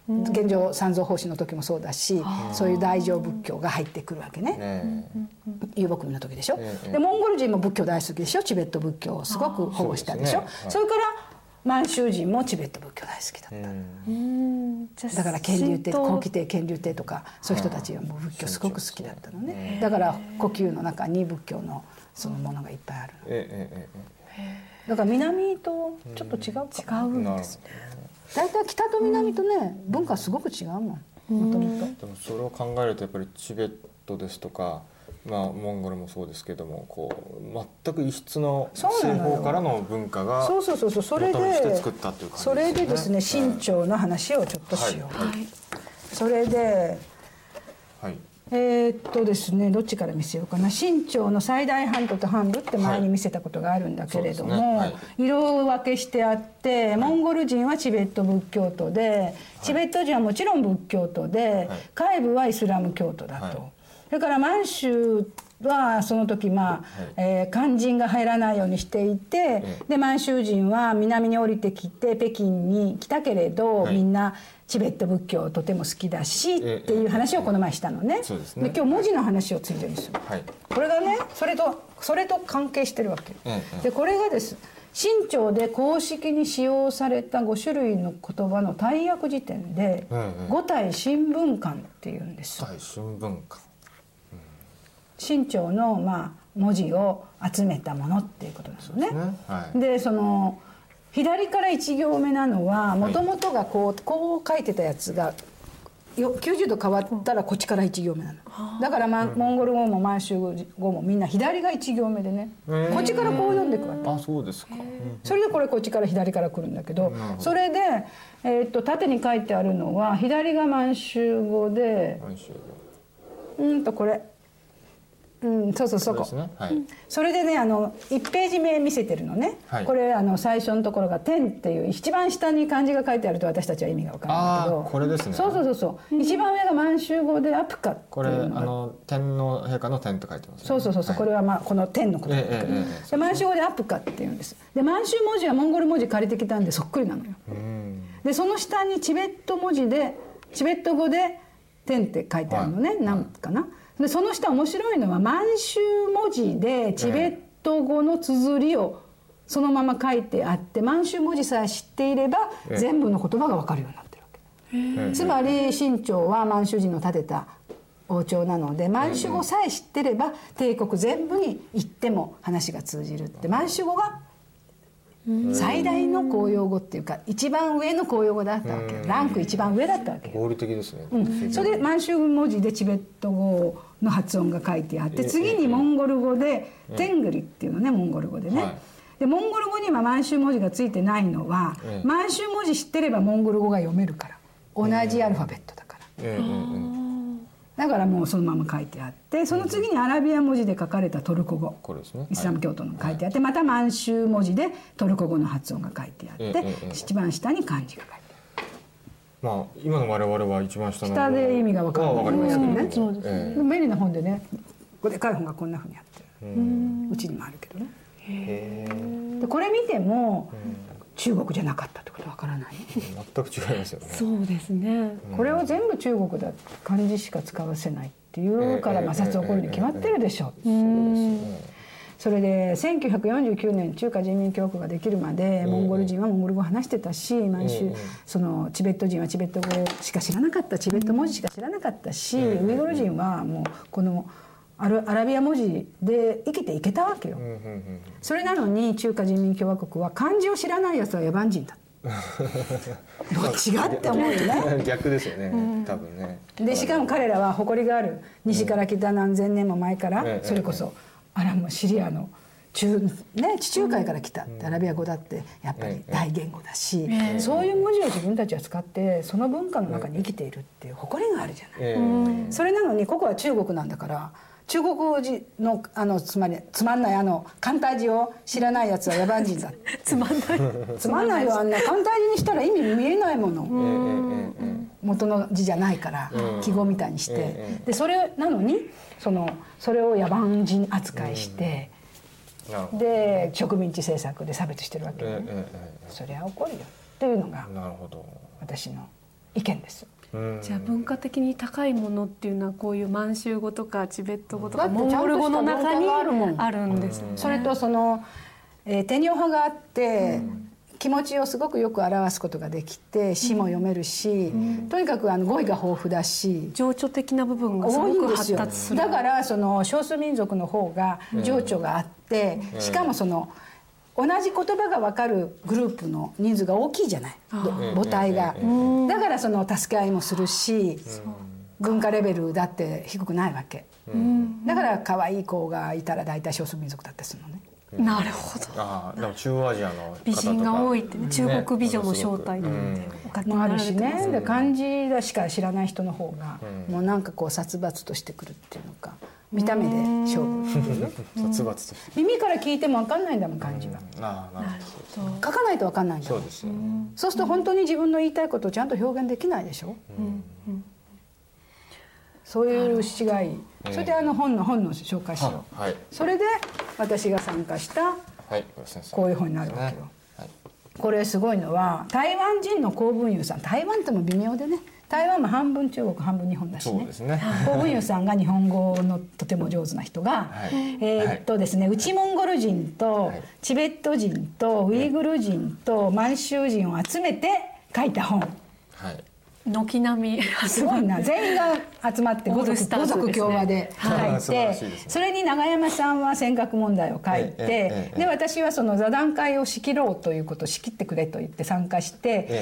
現状三蔵法師の時もそうだし、そういう大乗仏教が入ってくるわけね。遊牧民の時でしょ。でモンゴル人も仏教大好きでしょ。チベット仏教をすごく保護したでしょ。それから満州人もチベット仏教大好きだった。だから乾隆帝、後期帝、乾隆帝とかそういう人たちはもう仏教すごく好きだったのね。だから故宮の中に仏教のそのものがいっぱいあるの。だから南とちょっと違うか。違うんですね。大体北と南とね、文化すごく違うもん。もともと。 でもそれを考えるとやっぱりチベットですとか。まあ、モンゴルもそうですけどもこう全く異質の西方からの文化がそうそうそうそうそれで作ったっていう感じですね。 それでですね清朝の話をちょっとしよう。はいはい、それで、はい、えー、っとですねどっちから見せようかな。清朝の最大版図と版部って前に見せたことがあるんだけれども、はいねはい、色分けしてあってモンゴル人はチベット仏教徒で、はい、チベット人はもちろん仏教徒で、はい、海部はイスラム教徒だと。はい、それから満州はその時まあ、はいえー、漢人が入らないようにしていて、はい、で満州人は南に降りてきて北京に来たけれど、はい、みんなチベット仏教をとても好きだし、はい、っていう話をこの前したのね。そうですね。で今日文字の話をついでにする、はい、これがねそれとそれと関係してるわけ、はい、でこれがです清朝で公式に使用されたご種類の言葉の大訳辞典で、はい、五体新聞館っていうんです。 五体新聞館。 清朝のまあ文字を集めたものっていうことですよね。はい、でその左からいち行目なのはもともとがこうこう書いてたやつがきゅうじゅうど変わったらこっちからいち行目なの。だから、ま、モンゴル語も満州語もみんな左がいち行目でねこっちからこう読んでいくわけ。 あ、そうですか。 それでこれこっちから左から来るんだけどそれで、えー、っと縦に書いてあるのは左が満州語でうんとこれ。うん、そうそうそこ。そ, ねはい、それでねあのいちページ目見せてるのね、はい、これあの最初のところが「天」っていう一番下に漢字が書いてあると私たちは意味が分からないけどこれですね。 そうそうそうそう、うん、一番上が満州語で「アプカ」っていうのがこれあの天皇陛下の天って書いてます、ね、 そうそうそうそう、はい、これは、まあ、この天のことなんだけど、ええええ、で満州語で「アプカ」っていうんです。で満州文字はモンゴル文字借りてきたんでそっくりなのよ。うんでその下にチベット文字でチベット語で「天」って書いてあるのね、はい、なんかな。でその下面白いのは満州文字でチベット語の綴りをそのまま書いてあって満州文字さえ知っていれば全部の言葉が分かるようになってるわけ。つまり清朝は満州人の建てた王朝なので満州語さえ知ってれば帝国全部に行っても話が通じるって満州語が最大の公用語っていうか一番上の公用語だったわけよ。ランク一番上だったわけよ。 合理的ですね、 うん、それで満州文字でチベット語の発音が書いてあって次にモンゴル語でテングリっていうのねモンゴル語でね、はい、でモンゴル語には満州文字がついてないのは満州文字知ってればモンゴル語が読めるから同じアルファベットだから、だからもうそのまま書いてあってその次にアラビア文字で書かれたトルコ語、これですね、イスラム教徒の書いてあって、はい、また満州文字でトルコ語の発音が書いてあって、えええ、一番下に漢字が書いてある。 まあ今の我々は一番下の下で意味が分かるの分かりますね。 そうですね。ええ、便利な本でねでかい本がこんなふうにあってる。うちにもあるけどね。へでこれ見ても中国じゃなかったってことわからない。 全く違いますよね。 そうですね。 これを全部中国だ漢字しか使わせないっていうから摩擦起こるに決まってるでしょ。そうですね。それでせんきゅうひゃくよんじゅうきゅうねん中華人民共和国ができるまでモンゴル人はモンゴル語を話してたし満州そのチベット人はチベット語しか知らなかったチベット文字しか知らなかったしウイグル人はもうこのアラビア文字で生きていけたわけよ。それなのに中華人民共和国は漢字を知らないやつは野蛮人だどっちがって思うよね。 逆ですよね、うん、多分ね。 でしかも彼らは誇りがある西から来た何千年も前からそれこそアラムシリアの中、ね、地中海から来たってアラビア語だってやっぱり大言語だし、うん、そういう文字を自分たちは使ってその文化の中に生きているっていう誇りがあるじゃない、うん、それなのにここは中国なんだから中国字 の, あのつまりつまんないあの簡体字を知らないやつは野蛮人だつまんないつまんないよあんな簡体字にしたら意味見えないもの、元の字じゃないから記号みたいにして、でそれなのにそのそれを野蛮人扱いして、で植民地政策で差別してるわけよね、そりゃ怒るよっていうのが私の意見です。 じゃあ文化的に高いものっていうのはこういう満州語とかチベット語とかモンゴル語の中にあるんですね。 それとその、えー、テニョ派があって、気持ちをすごくよく表すことができて詩も読めるし、とにかくあの語彙が豊富だし情緒的な部分がすごく発達する。 だからその少数民族の方が情緒があって、しかもその同じ言葉が分かるグループの人数が大きいじゃない、母体が。だからその助け合いもするし、文化レベルだって低くないわけ。だから可愛い子がいたら大体少数民族だったりするのね。 なるほど。 ああ、でも中央アジアの方とか美人が多いってね、中国美女の正体だってお書きにもあなられるしてますね。で漢字しか知らない人の方が、もうなんかこう殺伐としてくるっていうのか、見た目で勝負する。 殺伐として耳から聞いても分かんないんだもん漢字は。 ああ、なるほど。 書かないと分かんないんだもん。 そうですよね。 そうすると本当に自分の言いたいことをちゃんと表現できないでしょ。そういう違い。それであの本の本の紹介しよう。 はい。 それで私が参加したこういう本になるわけよ。これすごいのは台湾人の高文雄さん、台湾とも微妙でね、台湾も半分中国半分日本だしね。高文雄さんが日本語のとても上手な人が、えっとですね、内モンゴル人とチベット人とウイグル人と満州人を集めて書いた本。 軒並みすごいな、全員が集まって五族五族共和で書いて、それに永山さんは尖閣問題を書いて、で私はその座談会を仕切ろうということを仕切ってくれと言って参加して、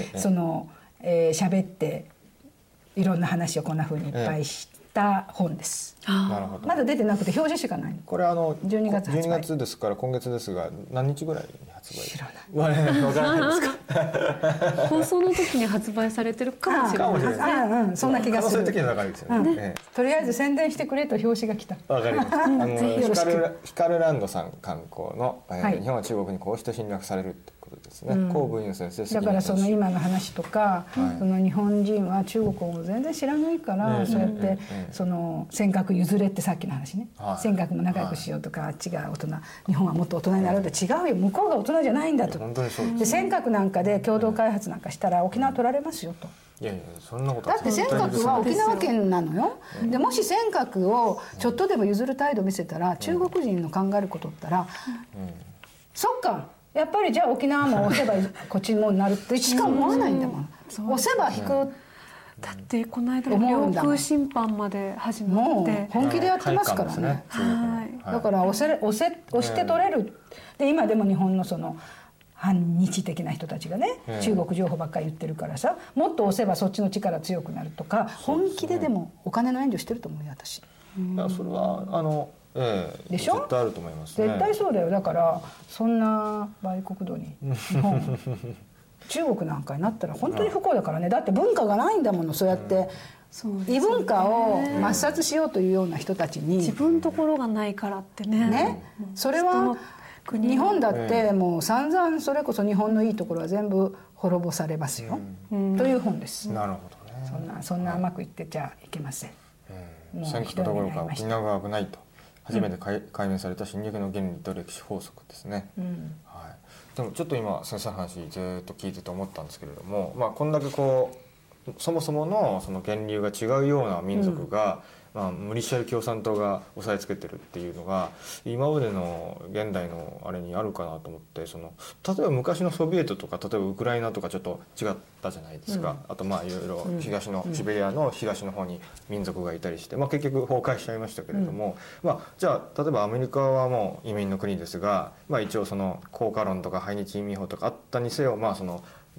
そのえー、喋っていろんな話をこんな風にいっぱいした本です。なるほど。まだ出てなくて表紙しかない。 これあのじゅうにがつ発売。 じゅうにがつですから今月ですが何日ぐらいに発売？ 知らない。 わからないですか。 放送の時に発売されてるかもしれないですね。 うん、そんな気がする。 そういう時の中ですよね。 とりあえず宣伝してくれと表紙が来た。 わかりました。あのヒカルヒカルランドさん観光の日本は中国にこうして侵略されるってことですね。高文雄先生。 だからその今の話とか、その日本人は中国を全然知らないから、そうやってその尖閣譲れってさっきの話ね。尖閣も仲良くしようとか、あっちが大人、日本はもっと大人になるんだ。違うよ、向こうが大人じゃないんだと。で尖閣なんかで共同開発なんかしたら沖縄取られますよと。 いやいや、そんなことだって尖閣は沖縄県なのよ。でもし尖閣をちょっとでも譲る態度を見せたら、中国人の考えることったら、そっか、やっぱりじゃあ沖縄も押せばこっちもなるってしか思わないんだもん。押せば引く。 だってこの間領空侵犯まで始まって本気でやってますからね。だから押せ押せ押して取れる。で今でも日本のその反日的な人たちがね、中国情報ばっかり言ってるからさ、もっと押せばそっちの力強くなるとか、本気ででもお金の援助してると思うよ私。 いやそれはあの、ええ、でしょ？絶対あると思いますね。 絶対そうだよ。だからそんな売国土に日本中国なんかになったら本当に不幸だからね。だって文化がないんだもの。そうやって異文化を抹殺しようというような人たちに、 自分のところがないからってね。 ね、それは日本だってもう散々それこそ日本のいいところは全部滅ぼされますよ、うん、という本です。 なるほどね。 そんなそんな甘く言ってちゃいけません。 戦機とどころか沖縄が危ないと初めて解、うん、解明された侵略の原理と歴史法則ですね、うん、はい、でもちょっと今先生の話ずっと聞いてて思ったんですけれども、まあ、こんだけこうそもそものその源流が違うような民族が、うん、まあ、無理しやり共産党が押さえつけてるっていうのが今までの現代のあれにあるかなと思って、その例えば昔のソビエトとか例えばウクライナとかちょっと違ったじゃないですか、うん、あとまあいろいろ東の、うん、シベリアの東の方に民族がいたりして、まあ、結局崩壊しちゃいましたけれども、うん、まあ、じゃあ例えばアメリカはもう移民の国ですが、まあ、一応その効果論とか排日移民法とかあったにせよ、まあそのうん、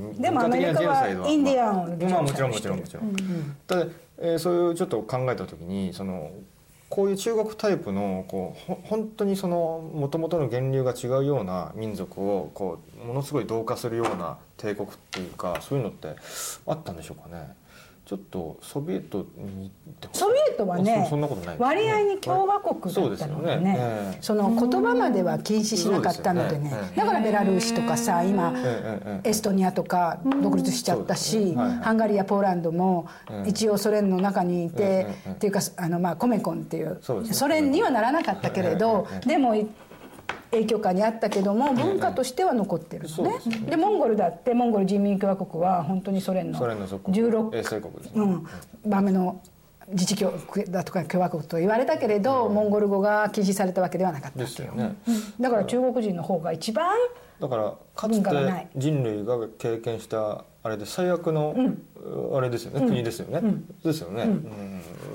でもアメリカはインディアンを、 まあ、もちろんもちろんもちろん、うん、ただ、えー、そういうちょっと考えた時にそのこういう中国タイプのこうほ本当にその元々の源流が違うような民族をこうものすごい同化するような帝国っていうか、そういうのってあったんでしょうかね。ちょっとソビエトにソビエトはね、割合に共和国だったのでね、その言葉までは禁止しなかったのでね、だからベラルーシとかさ、今エストニアとか独立しちゃったし、ハンガリーやポーランドも一応ソ連の中にいてっていうか、あのまあコメコンっていうソ連にはならなかったけれど、でも影響下にあったけども文化としては残ってるのね。うん、でモンゴルだってモンゴル人民共和国は本当にソ連のじゅうろくばんめの自治共だとか共和国と言われたけれど、うん、モンゴル語が禁止されたわけではなかったわけよ。ね、だから中国人の方が一番だからかつて人類が経験したあれで最悪のあれですよね、うん、国ですよね、うん、ですよね、うんうん、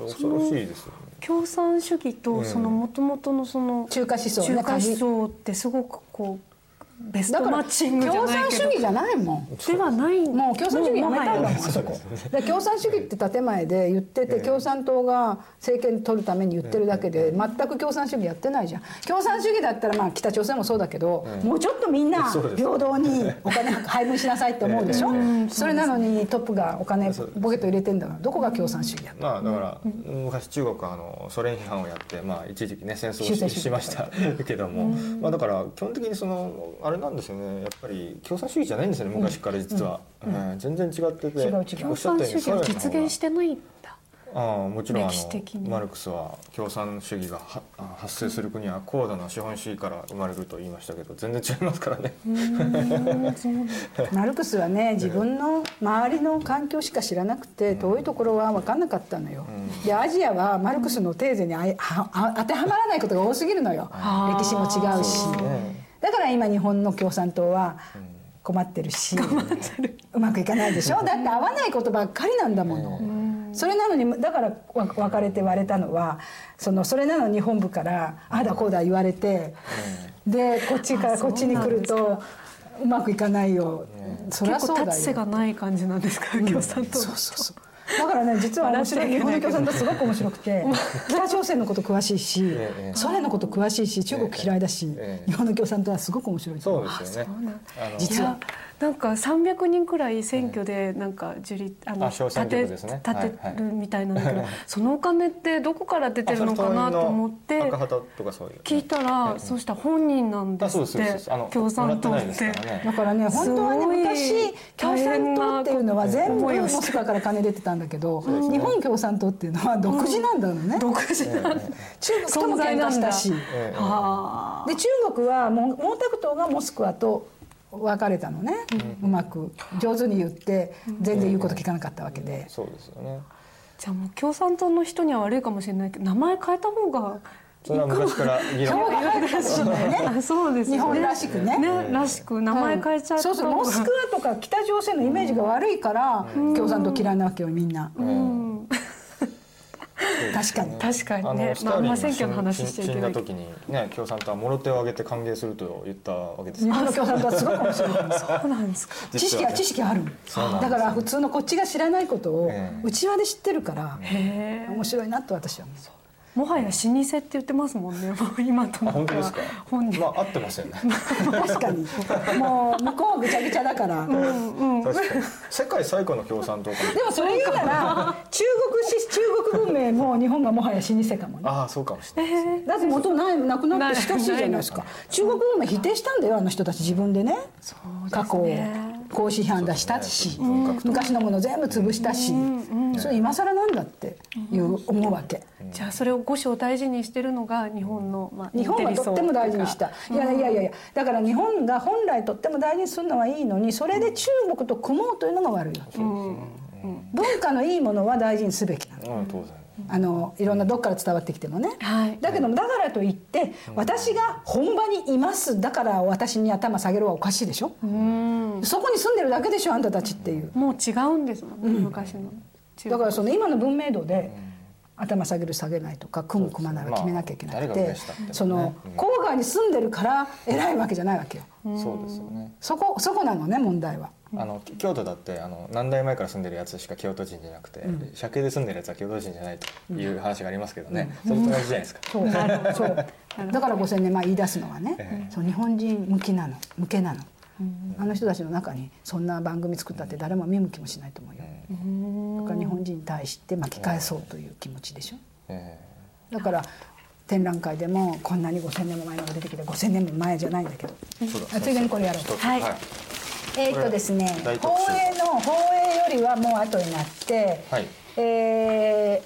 恐ろしいですよね。 共産主義とその元々のその中華思想、 中華思想ってすごくこうベストマッチングじゃないけど、 共産主義じゃないもん。 ではない。 もう共産主義やめたんだもん、あそこ。で共産主義って建前で言ってて、共産党が政権取るために言ってるだけで、全く共産主義やってないじゃん。共産主義だったらまあ北朝鮮もそうだけど、もうちょっとみんな平等にお金配分しなさいって思うでしょ。それなのにトップがお金ポケット入れてんだから、どこが共産主義やった。 まあだから昔中国はあのソ連批判をやってまあ一時期ね戦争をしましたけども、まあだから基本的にそのあれなんですよね。やっぱり共産主義じゃないんですよね、昔から実は、うんうん、全然違ってて、 違う違う共産主義は実現してないんだ。 ああもちろんあのマルクスは共産主義がは発生する国は高度な資本主義から生まれると言いましたけど、全然違いますからね。 マルクスはね自分の周りの環境しか知らなくて、遠いところは分かんなかったのよ、うん、でアジアはマルクスのテーゼにあは当てはまらないことが多すぎるのよ、歴史も違うし。だから今日本の共産党は困ってるし、うまくいかないでしょ。だって合わないことばっかりなんだもの。それなのにだから分かれて割れたのは、そのそれなのに本部からああだこうだ言われて、でこっちからこっちに来るとうまくいかないよ。 そりゃそうだよ。結構立つ瀬がない感じなんですか、共産党。 そうそうそう。だからね実は面白い、日本の共産党すごく面白くて、北朝鮮のこと詳しいし、ソ連のこと詳しいし、中国嫌いだし、日本の共産党はすごく面白い。 そうですよね。 実はなんかさんびゃくにんくらい選挙でなんか受理あの立て立てるみたいなんだけど、そのお金ってどこから出てるのかなと思って聞いたら、そうしたら本人なんですって、共産党って。 だからね本当はね昔共産党っていうのは全部モスクワから金出てたんだけど、日本共産党っていうのは独自なんだろうね。 独自なんだ。 中国とも喧嘩したし、で中国は毛沢東がモスクワと別れたのね、うん、うまく上手に言って全然言うこと聞かなかったわけで、 うん、そうですよね。 じゃあもう共産党の人には悪いかもしれないけど名前変えた方がそれは昔から議論があるかもしれないね。あ、そうですね。日本らしくね。 ね、らしく名前変えちゃった、 うん、そうそう。モスクワとか北朝鮮のイメージが悪いから、うん、共産党嫌いなわけよみんな。うんうん確かに確かにね。まあ、まあ選挙の話していけない。死んだ時にね、共産党はもろ手を挙げて歓迎すると言ったわけです。 日本の共産党はすごく面白い。 そうなんですか。 知識は知識ある。だから普通のこっちが知らないことを内輪で知ってるから面白いなと私は思う。 もはや老舗って言ってますもんね。もう今となっては。 本当ですか。まあ合ってますよね。 確かに。もう向こうぐちゃぐちゃだから。 うんうん。確かに。世界最古の共産党かも。 でもそれ言うなら中国し中国文明も日本がもはや老舗かもね。 ああそうかもしれない。 だって元ないなくなって親しいじゃないですか。中国文明否定したんだよあの人たち自分でね。過去を公私批判出したし、昔のもの全部潰したし、それ今更なんだっていう思うわけ。 じゃあそれを五章大事にしてるのが日本の、まあ、 日本はとっても大事にした。いやいやいやいや、だから日本が本来とっても大事にするのはいいのに、それで中国と組もうというのが悪いわけ。文化のいいものは大事にすべきなの。当然。あのいろんなどっから伝わってきてもね、はい、だけどだからといって、うん、私が本場にいますだから私に頭下げろはおかしいでしょ。うんそこに住んでるだけでしょあんたたちっていう。 もう違うんですもんね、うん、昔の。 だからその今の文明度で、うん、頭下げる下げないとか組む組まないは決めなきゃいけなくて、まあ、その郊外に住んでるから偉いわけじゃないわけよ。 そうですよね。 そこそこなのね問題は。 あの京都だってあの何代前から住んでるやつしか京都人じゃなくて、うん、借景で住んでるやつは京都人じゃないという話がありますけどね、うん、それと同じじゃないですか。 そうそうだからごせんねんまえ言い出すのはね、えー、そう日本人向きなの向けなの、うん、あの人たちの中にそんな番組作ったって誰も見向きもしないと思うよ、うん、だから日本人に対して巻き返そうという気持ちでしょ、えー、だから展覧会でもこんなにごせんねんも前のが出てきてごせんねんも前じゃないんだけど、ついでにこれやろうと。はい、はいえーっとですね、放映の放映よりはもう後になって、はい、えー、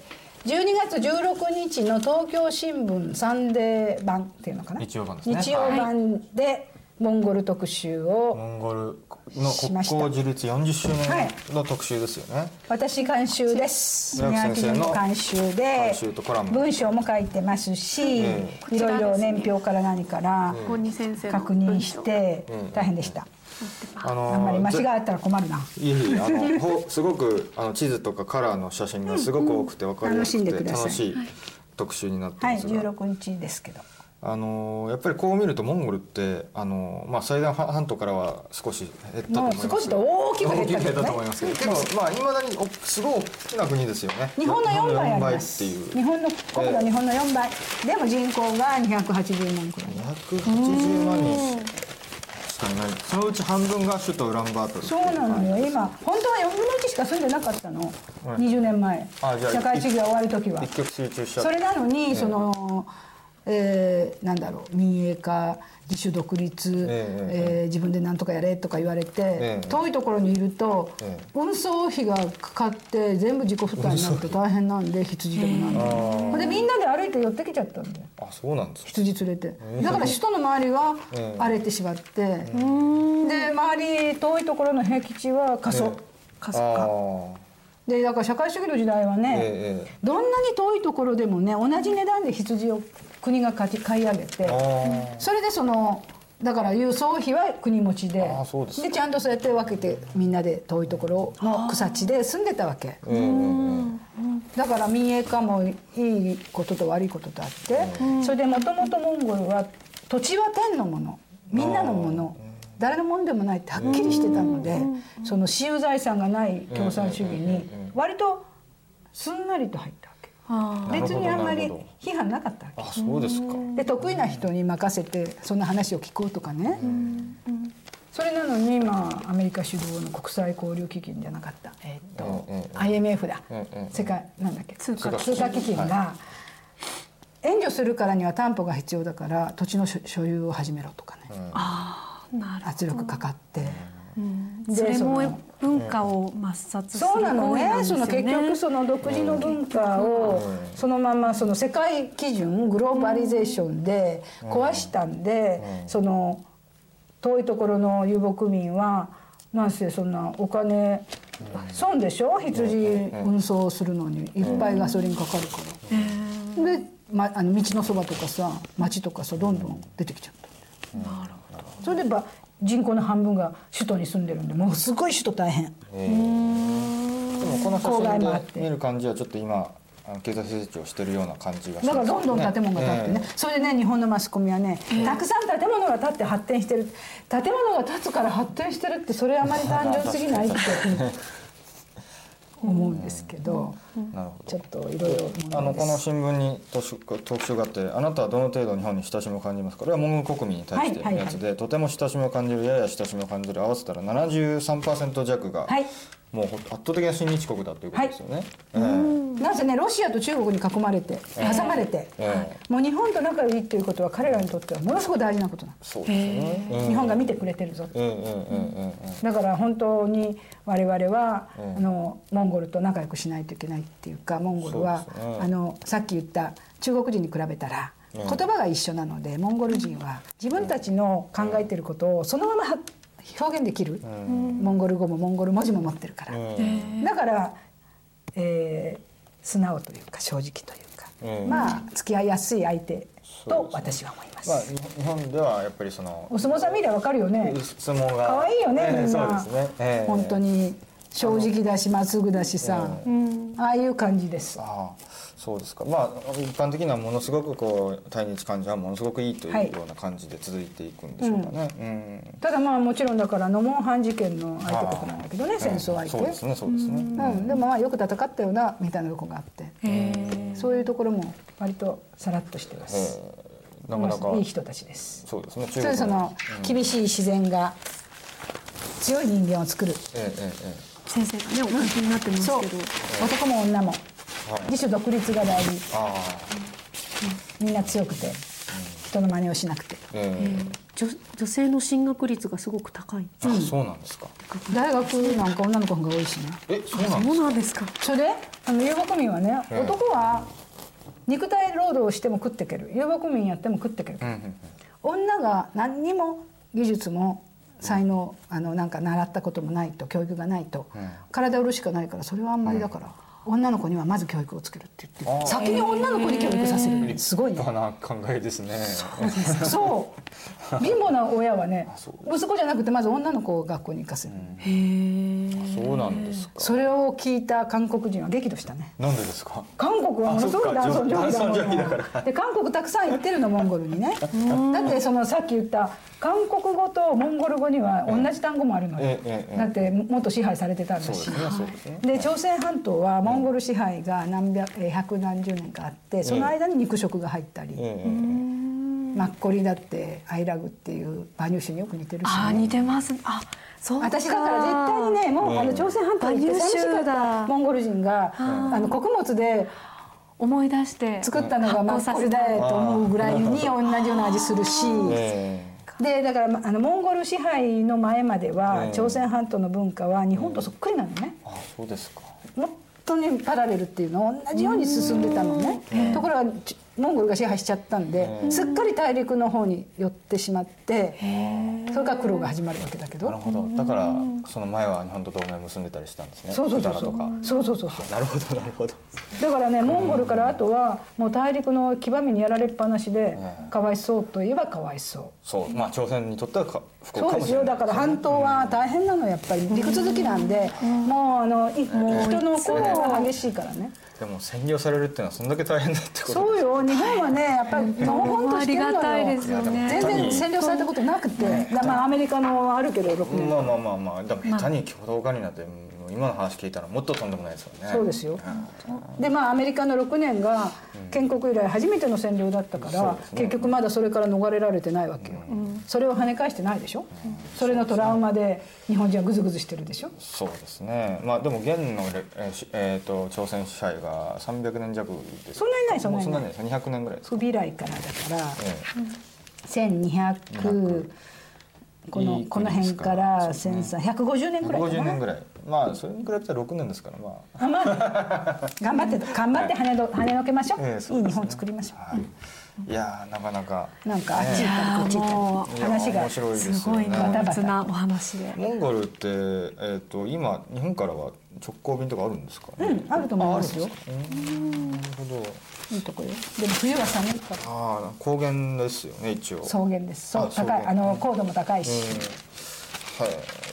じゅうにがつじゅうろくにちの東京新聞サンデー版っていうのかな、 日曜版ですね。 日曜版でモンゴル特集をモンゴルの国交樹立よんじゅっしゅうねんの特集ですよね。 私監修です。 村木先生の監修で監修とコラム、 文章も書いてますし、いろいろ年表から何から確認して大変でした。あのー、あんまり間違えたら困るな。 いえいえ、あのほすごくあの地図とかカラーの写真がすごく多くて分かりやすくて楽しい特集になってますが、 はい、じゅうろくにちですけど、 あのー、やっぱりこう見るとモンゴルってあのー、まあ最大半島からは少し減ったと思います。 少しと大きく減ったけどね。 と思いますけど、けどまあ未だにすごい大きな国ですよね。 日本のよんばいあります。日本の国土日本のよんばい、でも人口がにひゃくはちじゅうまんくらい。 にひゃくはちじゅうまんにんしかいない。そのうち半分が首都ウランバートル。 そうなのよ。今本当はよんぶんのいちしか住んでなかったの。はい、にじゅうねんまえ。社会主義が終わる時は。 一極集中しちゃった。 それなのに、えー、その。えー、なんだろう、民営化、自主独立、えーえー、自分で何とかやれとか言われて、えー、遠いところにいると、えー、運送費がかかって全部自己負担になって大変なんで、羊でもなんで、でみんなで歩いて寄ってきちゃったんで、 あ、そうなんですか。 羊連れて、だから首都の周りは荒れてしまって、えー、で周り遠いところの平地は過疎、過疎化で、だから社会主義の時代はね、えー、どんなに遠いところでもね、同じ値段で羊を国が買い上げて、それでそのだから輸送費は国持ち で, で, でちゃんとそうやって分けてみんなで遠いところの草地で住んでたわけ。だから民営化もいいことと悪いこととあって、それでもともとモンゴルは土地は天のもの、みんなのもの、誰のもんでもないってはっきりしてたので、その私有財産がない共産主義に割とすんなりと入ったわけ。別にあんまり批判なかったわけ。 あ、そうですか。 で得意な人に任せてそんな話を聞こうとかね、うんうん、それなのに、まあ、アメリカ主導の国際交流基金じゃなかった、えー、っと、うんうん、アイエムエフ だ、うんうん、世界なんだっけ通貨基金が、はい、援助するからには担保が必要だから土地の所有を始めろとかね、うん、あ、なるほど、圧力かかって。 うん、でそれも文化を抹殺する行為なんですよね。そうなのね。その結局その独自の文化をそのままその世界基準グローバリゼーションで壊したんで、その遠いところの遊牧民はなんせそんなお金損でしょ、羊運送するのにいっぱいガソリンかかるから。で、ま、あの道のそばとかさ町とかさどんどん出てきちゃったんだよ。なるほど。それでば人口の半分が首都に住んでるんで、もうすごい首都大変。でもこの写真で見る感じはちょっと今経済成長してるような感じがしますね。 だからどんどん建物が建ってね、えー、それでね日本のマスコミはね、えー、たくさん建物が建って発展してる、建物が建つから発展してるってそれはあまり単純すぎないって思うんですけど、なるほど、ちょっといろいろあのこの新聞に特集があって、あなたはどの程度日本に親しみを感じますか。これはモンゴル国民に対してのやつで、はいはいはい、とても親しみを感じる、やや親しみを感じる合わせたら ななじゅうさんパーセント 弱が、はい、もう圧倒的な親日国だということですよね。はい、えー、 なぜねロシアと中国に囲まれて挟まれて、えー、もう日本と仲良いっていうことは彼らにとってはものすごく大事なことなんです。そうですね、えー、日本が見てくれてるぞ、えーえー、だから本当に我々は、えー、あのモンゴルと仲良くしないといけないっていうか、モンゴルは、ね、あのさっき言った中国人に比べたら言葉が一緒なので、モンゴル人は自分たちの考えてることをそのまま表現できる、うん、モンゴル語もモンゴル文字も持ってるから、うん、だから、えー、素直というか正直というか、うん、まあ付き合いやすい相手と私は思います。 まあ、日本ではやっぱりそのお相撲さん見ればわかるよね。 相撲が可愛いよね、みんな。 そうですね、えー、 本当に正直だしまっすぐだしさ、うん、ああいう感じです。 ああ、そうですか。まあ一般的にはものすごくこう対日感情はものすごくいいというような感じで続いていくんでしょうかね。はい、うん、 ただまあもちろんだからノモンハン事件の相手国なんだけどね、戦争相手。 そうですね、そうですね。 うんうん、でもまあよく戦ったよなみたいなとこがあって、そういうところも割とさらっとしてます。なかなかいい人たちです。 そうですね。 それその厳しい自然が強い人間を作る。ええええ。先生がねお書きになってますけど、 男も女も自主独立が大事、みんな強くて人の真似をしなくて、 女, 女性の進学率がすごく高い。 あ、そうなんですか。 大学なんか女の子が多いしね。 え、そうなんですか。 そうなんですか。 それであの遊牧民はね、ええ、男は肉体労働をしても食っていける、遊牧民やっても食っていける、うんうんうん、女が何にも技術も才能、あのなんか習ったこともないと、教育がないと、うん、体を売るしかないから、それはあんまりだから、うん、女の子にはまず教育をつけるって言って、先に女の子に教育させる、えー、すごいね。 立派な考えですね。 そうですか。そう貧乏な親はね、息子じゃなくてまず女の子を学校に行かせる、うん、 へえ。 そうなんですか。 それを聞いた韓国人は激怒したね。 なんでですか。 韓国はものすごい男尊女卑だから。で韓国たくさん行ってるの、モンゴルにね。だってそのさっき言った韓国語とモンゴル語には同じ単語もあるのよ、えええ、だって元支配されてたんだし、で、ね、朝鮮半島はモンゴル支配が何百百何十年かあって、その間に肉食が入ったり、ええ、マッコリだってアイラグっていう馬乳酒によく似てるし、ね、 あ、似てます。あ、そうか。 私だから絶対にね、もう、ええ、あの朝鮮半島に行って寂しかったモンゴル人があの穀物で思い出して作ったのがマッコリだよと思うぐらいに同じような味するし、でだからあのモンゴル支配の前までは朝鮮半島の文化は日本とそっくりなのね。 あ、そうですか。 本当にパラレルっていうの同じように進んでたのね。ところがモンゴルが支配しちゃったんで、すっかり大陸の方に寄ってしまって、それから苦労が始まるわけだけど。 なるほど。だからその前は日本と同盟結んでたりしたんですね。 そうそうそうそう。そうそうそうそう。 なるほどなるほど。 だからね、モンゴルからあとはもう大陸の騎馬民にやられっぱなしで、かわいそうといえばかわいそう。 そう、まあ朝鮮にとってはか不幸かもしれない。そうですよ。だから半島は大変なの、やっぱり陸続きなんで、もうあの人の行動が激しいからね。 でも占領されるっていうのはそんだけ大変だってことです。 そうよ。日本はね、やっぱりのほほんとしてるのよ。 ありがたいですよね。 全然占領されたことなくて、まあアメリカのあるけどろくねん。 まあまあまあまあ、でも下手に共同化になって、今の話聞いたらもっととんでもないですよね。 そうですよ。でまあアメリカのろくねんが建国以来初めての占領だったから、結局まだそれから逃れられてないわけよ。それを跳ね返してないでしょ。それのトラウマで日本人はグズグズしてるでしょ。 そうですね。まあでも現のえっと朝鮮支配がさんびゃくねん弱です。 そんなにない、そんなにない。 にひゃくねんぐらいですか。 不備来からだからせんにひゃくこのこの辺からせんさんびゃくごじゅうねんぐらいかな。 ひゃくごじゅうねんぐらい。まあそれに比べたらろくねんですから、まあ。 あ、まあ頑張って頑張って跳ねど跳ねのけましょう。いい日本作りましょう。いやなかなかなんかあっち行ったりこっち行ったり話が面白いですよね。 すごい濃密なお話で。 モンゴルってえっと今日本からは直行便とかあるんですか。 うん、あると思いますよ。 なるほど。 いいとこよ。でも冬は寒いから。 ああ、高原ですよね、一応。 草原です。そう、高い、あの高度も高いし。 はい。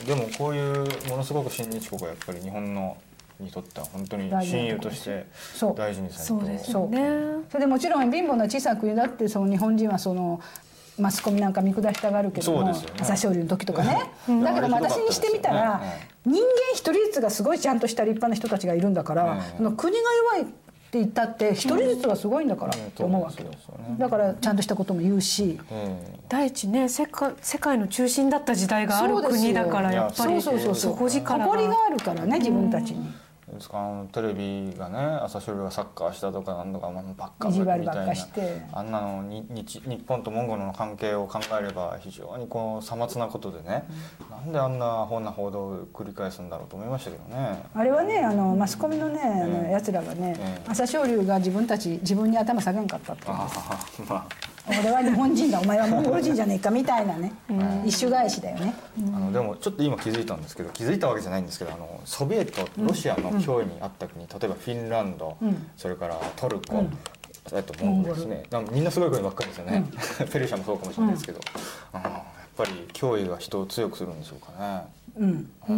でもこういうものすごく親日国はやっぱり日本のにとっては本当に親友として大事にされて。 そうですよね。 それでもちろん貧乏な小さな国だってその日本人はそのマスコミなんか見下したがるけども、朝青龍の時とかね。だけど私にしてみたら人間一人ずつがすごいちゃんとした立派な人たちがいるんだから、その国が弱いって言ったって一人ずつはすごいんだからって思うわけよ。だからちゃんとしたことも言うし、 第一ね、世界世界の中心だった時代がある国だから、やっぱり底力が誇りがあるからね、自分たちに。 ですか、あのテレビがね、朝青龍がサッカーしたとかなんとかばっかみたいな、 あんなのに日日本とモンゴルの関係を考えれば非常にこうさまつなことでね、うん、なんであんなほんな報道を繰り返すんだろうと思いましたけどね。 あれはね、あのマスコミのね、あのやつらがね、えー、朝青龍が自分たち自分に頭下げんかったって言うんです。あ、まあ俺は日本人だ、お前はモンゴル人じゃねえかみたいなね、一種返しだよね。 あのでもちょっと今気づいたんですけど、気づいたわけじゃないんですけど、あのソビエトロシアの脅威にあった国、例えばフィンランド、うん、それからトルコ、うん、えっとモンゴルですね。みんなすごい国ばっかりですよね。うん、ペルシャもそうかもしれないですけど、うん、あやっぱり脅威が人を強くするんでしょうかね。 うん、うん、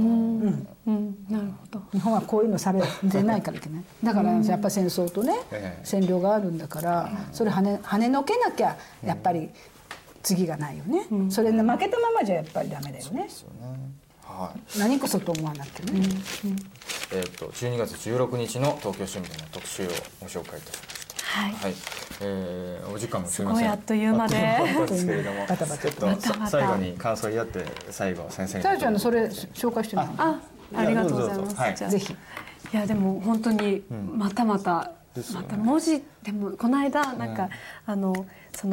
うん、なるほど。日本はこういうのされてないからいけない。だからやっぱ戦争とね、占領があるんだから、それ跳ね跳ねのけなきゃやっぱり次がないよね。それで負けたままじゃやっぱりダメだよね。はい。何こそと思わなくてね。 えっとじゅうにがつじゅうろくにちの東京新聞の特集をご紹介いたしました。はい、はい、えー、お時間もすみません。 すごいあっという間で。 ですけれども、バタバタちょっと最後に感想言い合って最後先生に。 さやちゃんのそれ紹介してるの。 あ、ありがとうございます。はい、ぜひ。いやでも本当にまたまた、うん、また文字でもこの間なんか、うん、あのその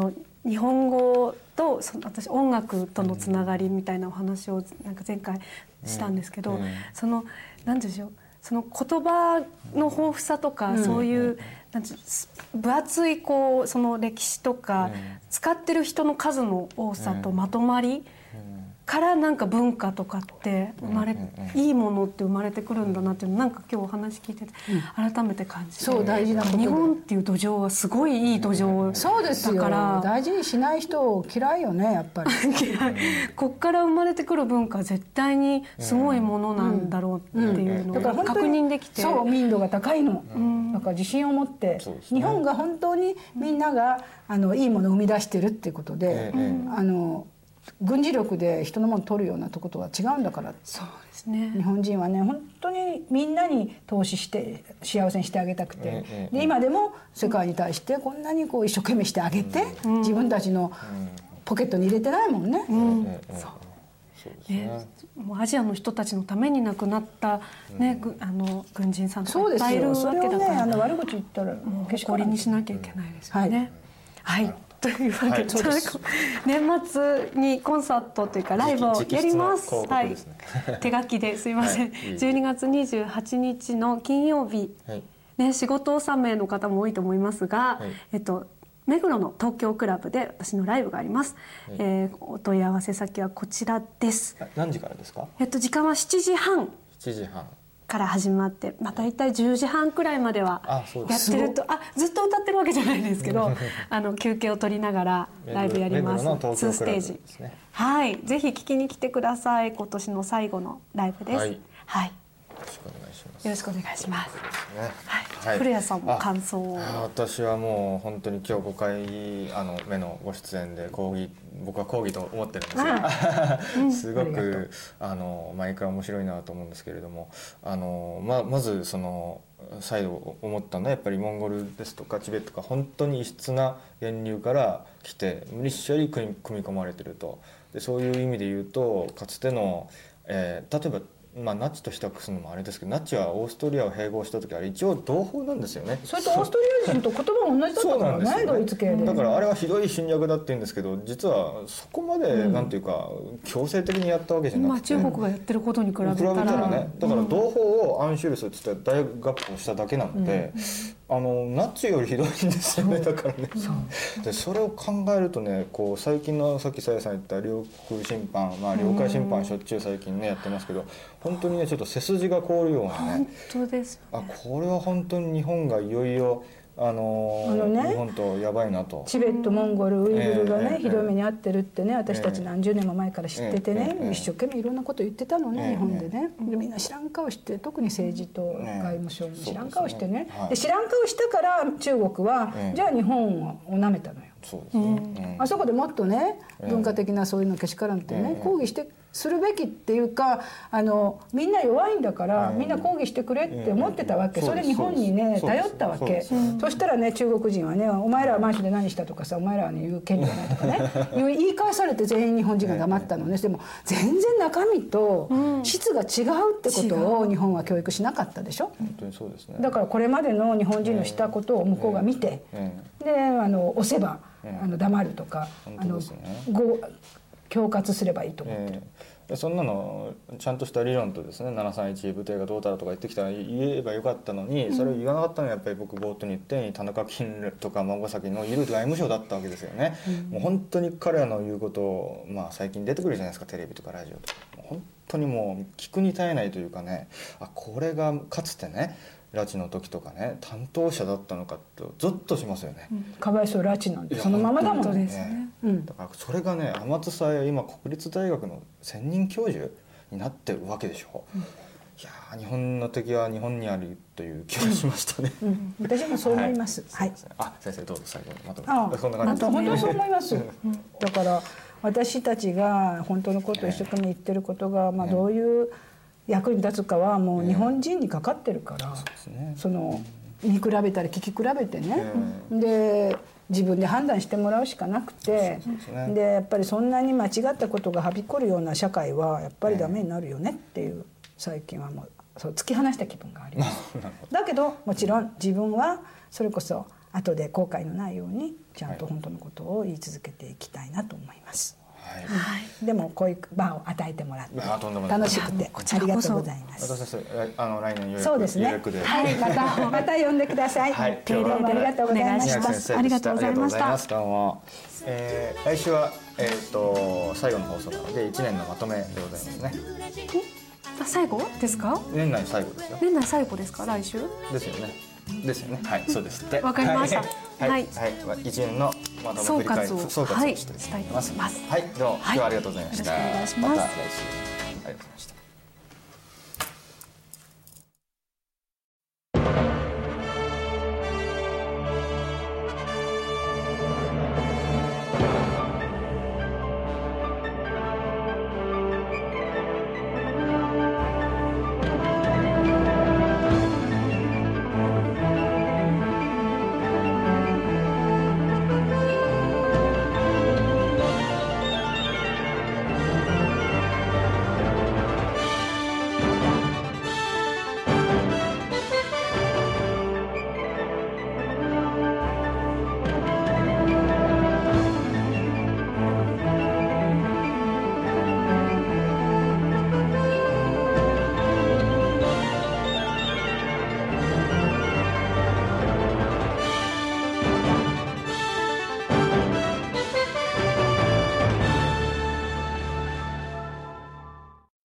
日本語とその私音楽とのつながりみたいなお話をなんか前回したんですけど、その何でしょう、その言葉の豊富さとか、そういうなんて分厚いこうその歴史とか、使ってる人の数の多さとまとまりからなんか文化とかって生まれ、いいものって生まれてくるんだなっていうのをなんか今日お話聞いてて改めて感じて、 そう大事なことで、 日本っていう土壌はすごいいい土壌そうですよ、 だから大事にしない人嫌いよねやっぱり嫌いこっから生まれてくる文化は絶対にすごいものなんだろうっていうのを確認できて、 そう民度が高いの、だから自信を持って、日本が本当にみんながあのいいものを生み出してるっていうことで、あの軍事力で人のものを取るようなとことは違うんだから。 そうですね、 日本人はね本当にみんなに投資して幸せにしてあげたくて、で今でも世界に対してこんなにこう一生懸命してあげて、自分たちのポケットに入れてないもんね。 そうね、もうアジアの人たちのために亡くなった、ね、うん、あの軍人さんとかいっぱいいるわけだから、 それをね、あの悪口言ったら誇りにしなきゃいけないですよね。はい、はい、というわけで、はい、年末にコンサートというかライブをやります。はい、手書きですいません。はい、じゅうにがつにじゅうはちにちの金曜日、はい、ね、仕事納めの方も多いと思いますが、はい、えっと目黒の東京クラブで私のライブがあります。はい、えー、お問い合わせ先はこちらです。 何時からですか？ えっと時間はしちじはん。 しちじはんから始まって、まあ大体じゅうじはんくらいまではやってると、あ、ずっと歌ってるわけじゃないですけど、あの休憩を取りながらライブやります。ツーステージ。はい、ぜひ聞きに来てください。今年の最後のライブです。はい。はい、よろしくお願いします。はい。古谷さんも感想を。 私はもう本当に今日ごかいあの目のご出演で講義、僕は講義と思ってるんですが、すごくあの毎回面白いなと思うんですけれども、あのままずその再度思ったのはやっぱりモンゴルですとかチベットが本当に異質な源流から来て無理しゃり組み込まれてると。でそういう意味で言うとかつての、えー、例えばまあ、ナチと比較するのもあれですけど、ナチはオーストリアを併合した時あれ一応同胞なんですよね。 それとオーストリア人と言葉も同じだったからね、ドイツ系で。 だからあれはひどい侵略だって言うんですけど、実はそこまでなんていうか強制的にやったわけじゃなくて、 まあ、中国がやってることに比べたら、比べたらね、 だから同胞をアンシュルスって言って大学をしただけなので、うん、あのナチよりひどいんですよね。だからね、そ, でそれを考えるとね、こう最近のさっきさやさん言った領空侵犯、まあ、領海侵犯しょっちゅう最近ねやってますけど、本当にねちょっと背筋が凍るようなね、 本当ですね、 あこれは本当に日本がいよいよあのーあのね、日本とやばいなと。 チベット、モンゴル、ウイグルがね、えー、ひどい目に遭ってるってね、私たち何十年も前から知っててね、えー、一生懸命いろんなこと言ってたのね、えー、日本でね、でみんな知らん顔して、特に政治と外務省に知らん顔してね、えー、で知らん顔したから中国は、えー、じゃあ日本を舐めたのよ。そうですね、うん、あそこでもっとね文化的なそういうのけしからんってね、抗議してするべきっていうか、あのみんな弱いんだから、みんな抗議してくれって思ってたわけ。それ日本にね頼ったわけ。そしたらね中国人はね、お前らは満州で何したとかさ、お前らはね言う権利がないとかね言い返されて全員日本人が黙ったのね。でも全然中身と質が違うってことを日本は教育しなかったでしょ。 本当にそうですね。 だからこれまでの日本人のしたことを向こうが見て、であの押せばあの黙るとか、あのご恐喝すればいいと思ってる。 えー、そんなのちゃんとした理論とですね、ななさんいち部隊がどうたらとか言ってきたら言えばよかったのに、それを言わなかったのはやっぱり僕冒頭に言ったように田中金とか孫崎のいる外務省だったわけですよね。うん、もう本当に彼らの言うことを、まあ、最近出てくるじゃないですか、テレビとかラジオとか。本当にもう聞くに耐えないというかね、あこれがかつてね拉致の時とかね担当者だったのかとゾッとしますよね。うん、 かわいそう、拉致なんてそのままだもんね。 ね、うん、だからそれがね天津さえ今国立大学の専任教授になってるわけでしょ。うん、いや日本の敵は日本にあるという気がしましたね。 うんうん、私もそう思います。はい。はい、 あ先生どうぞ最後にまとめて。 あそんな感じです。本当にそう思います。だから私たちが本当のことを一生懸命言ってることが、まあどういう役に立つかはもう日本人にかかってるから、えー、その見比べたり聞き比べてね、えー、で自分で判断してもらうしかなくて、で、ね、やっぱりそんなに間違ったことがはびこるような社会はやっぱりダメになるよねっていう、最近はもうそう突き放した気分があります。だけどもちろん自分はそれこそ後で後悔のないようにちゃんと本当のことを言い続けていきたいなと思います。はい、でもこういう場を与えてもらって楽しくてありがとうございます。 私先生、あの来年予約、 そうですね。はい、またまた呼んでください。はい、 定例でありがとうございました。ありがとうございました。 どうも。えー、来週はえっ、ー、と最後の放送なのでいちねんのまとめでございますね。 あ、最後ですか？ 年内最後ですよ。 年内最後ですか？来週？ ですよね。ですよね。はい、そうですって。 わかりました。 はい、はい、はい、一年のまとめ振り返り、総括をしたいと思います。はい、どうも今日はありがとうございました。 よろしくお願いします。 また来週。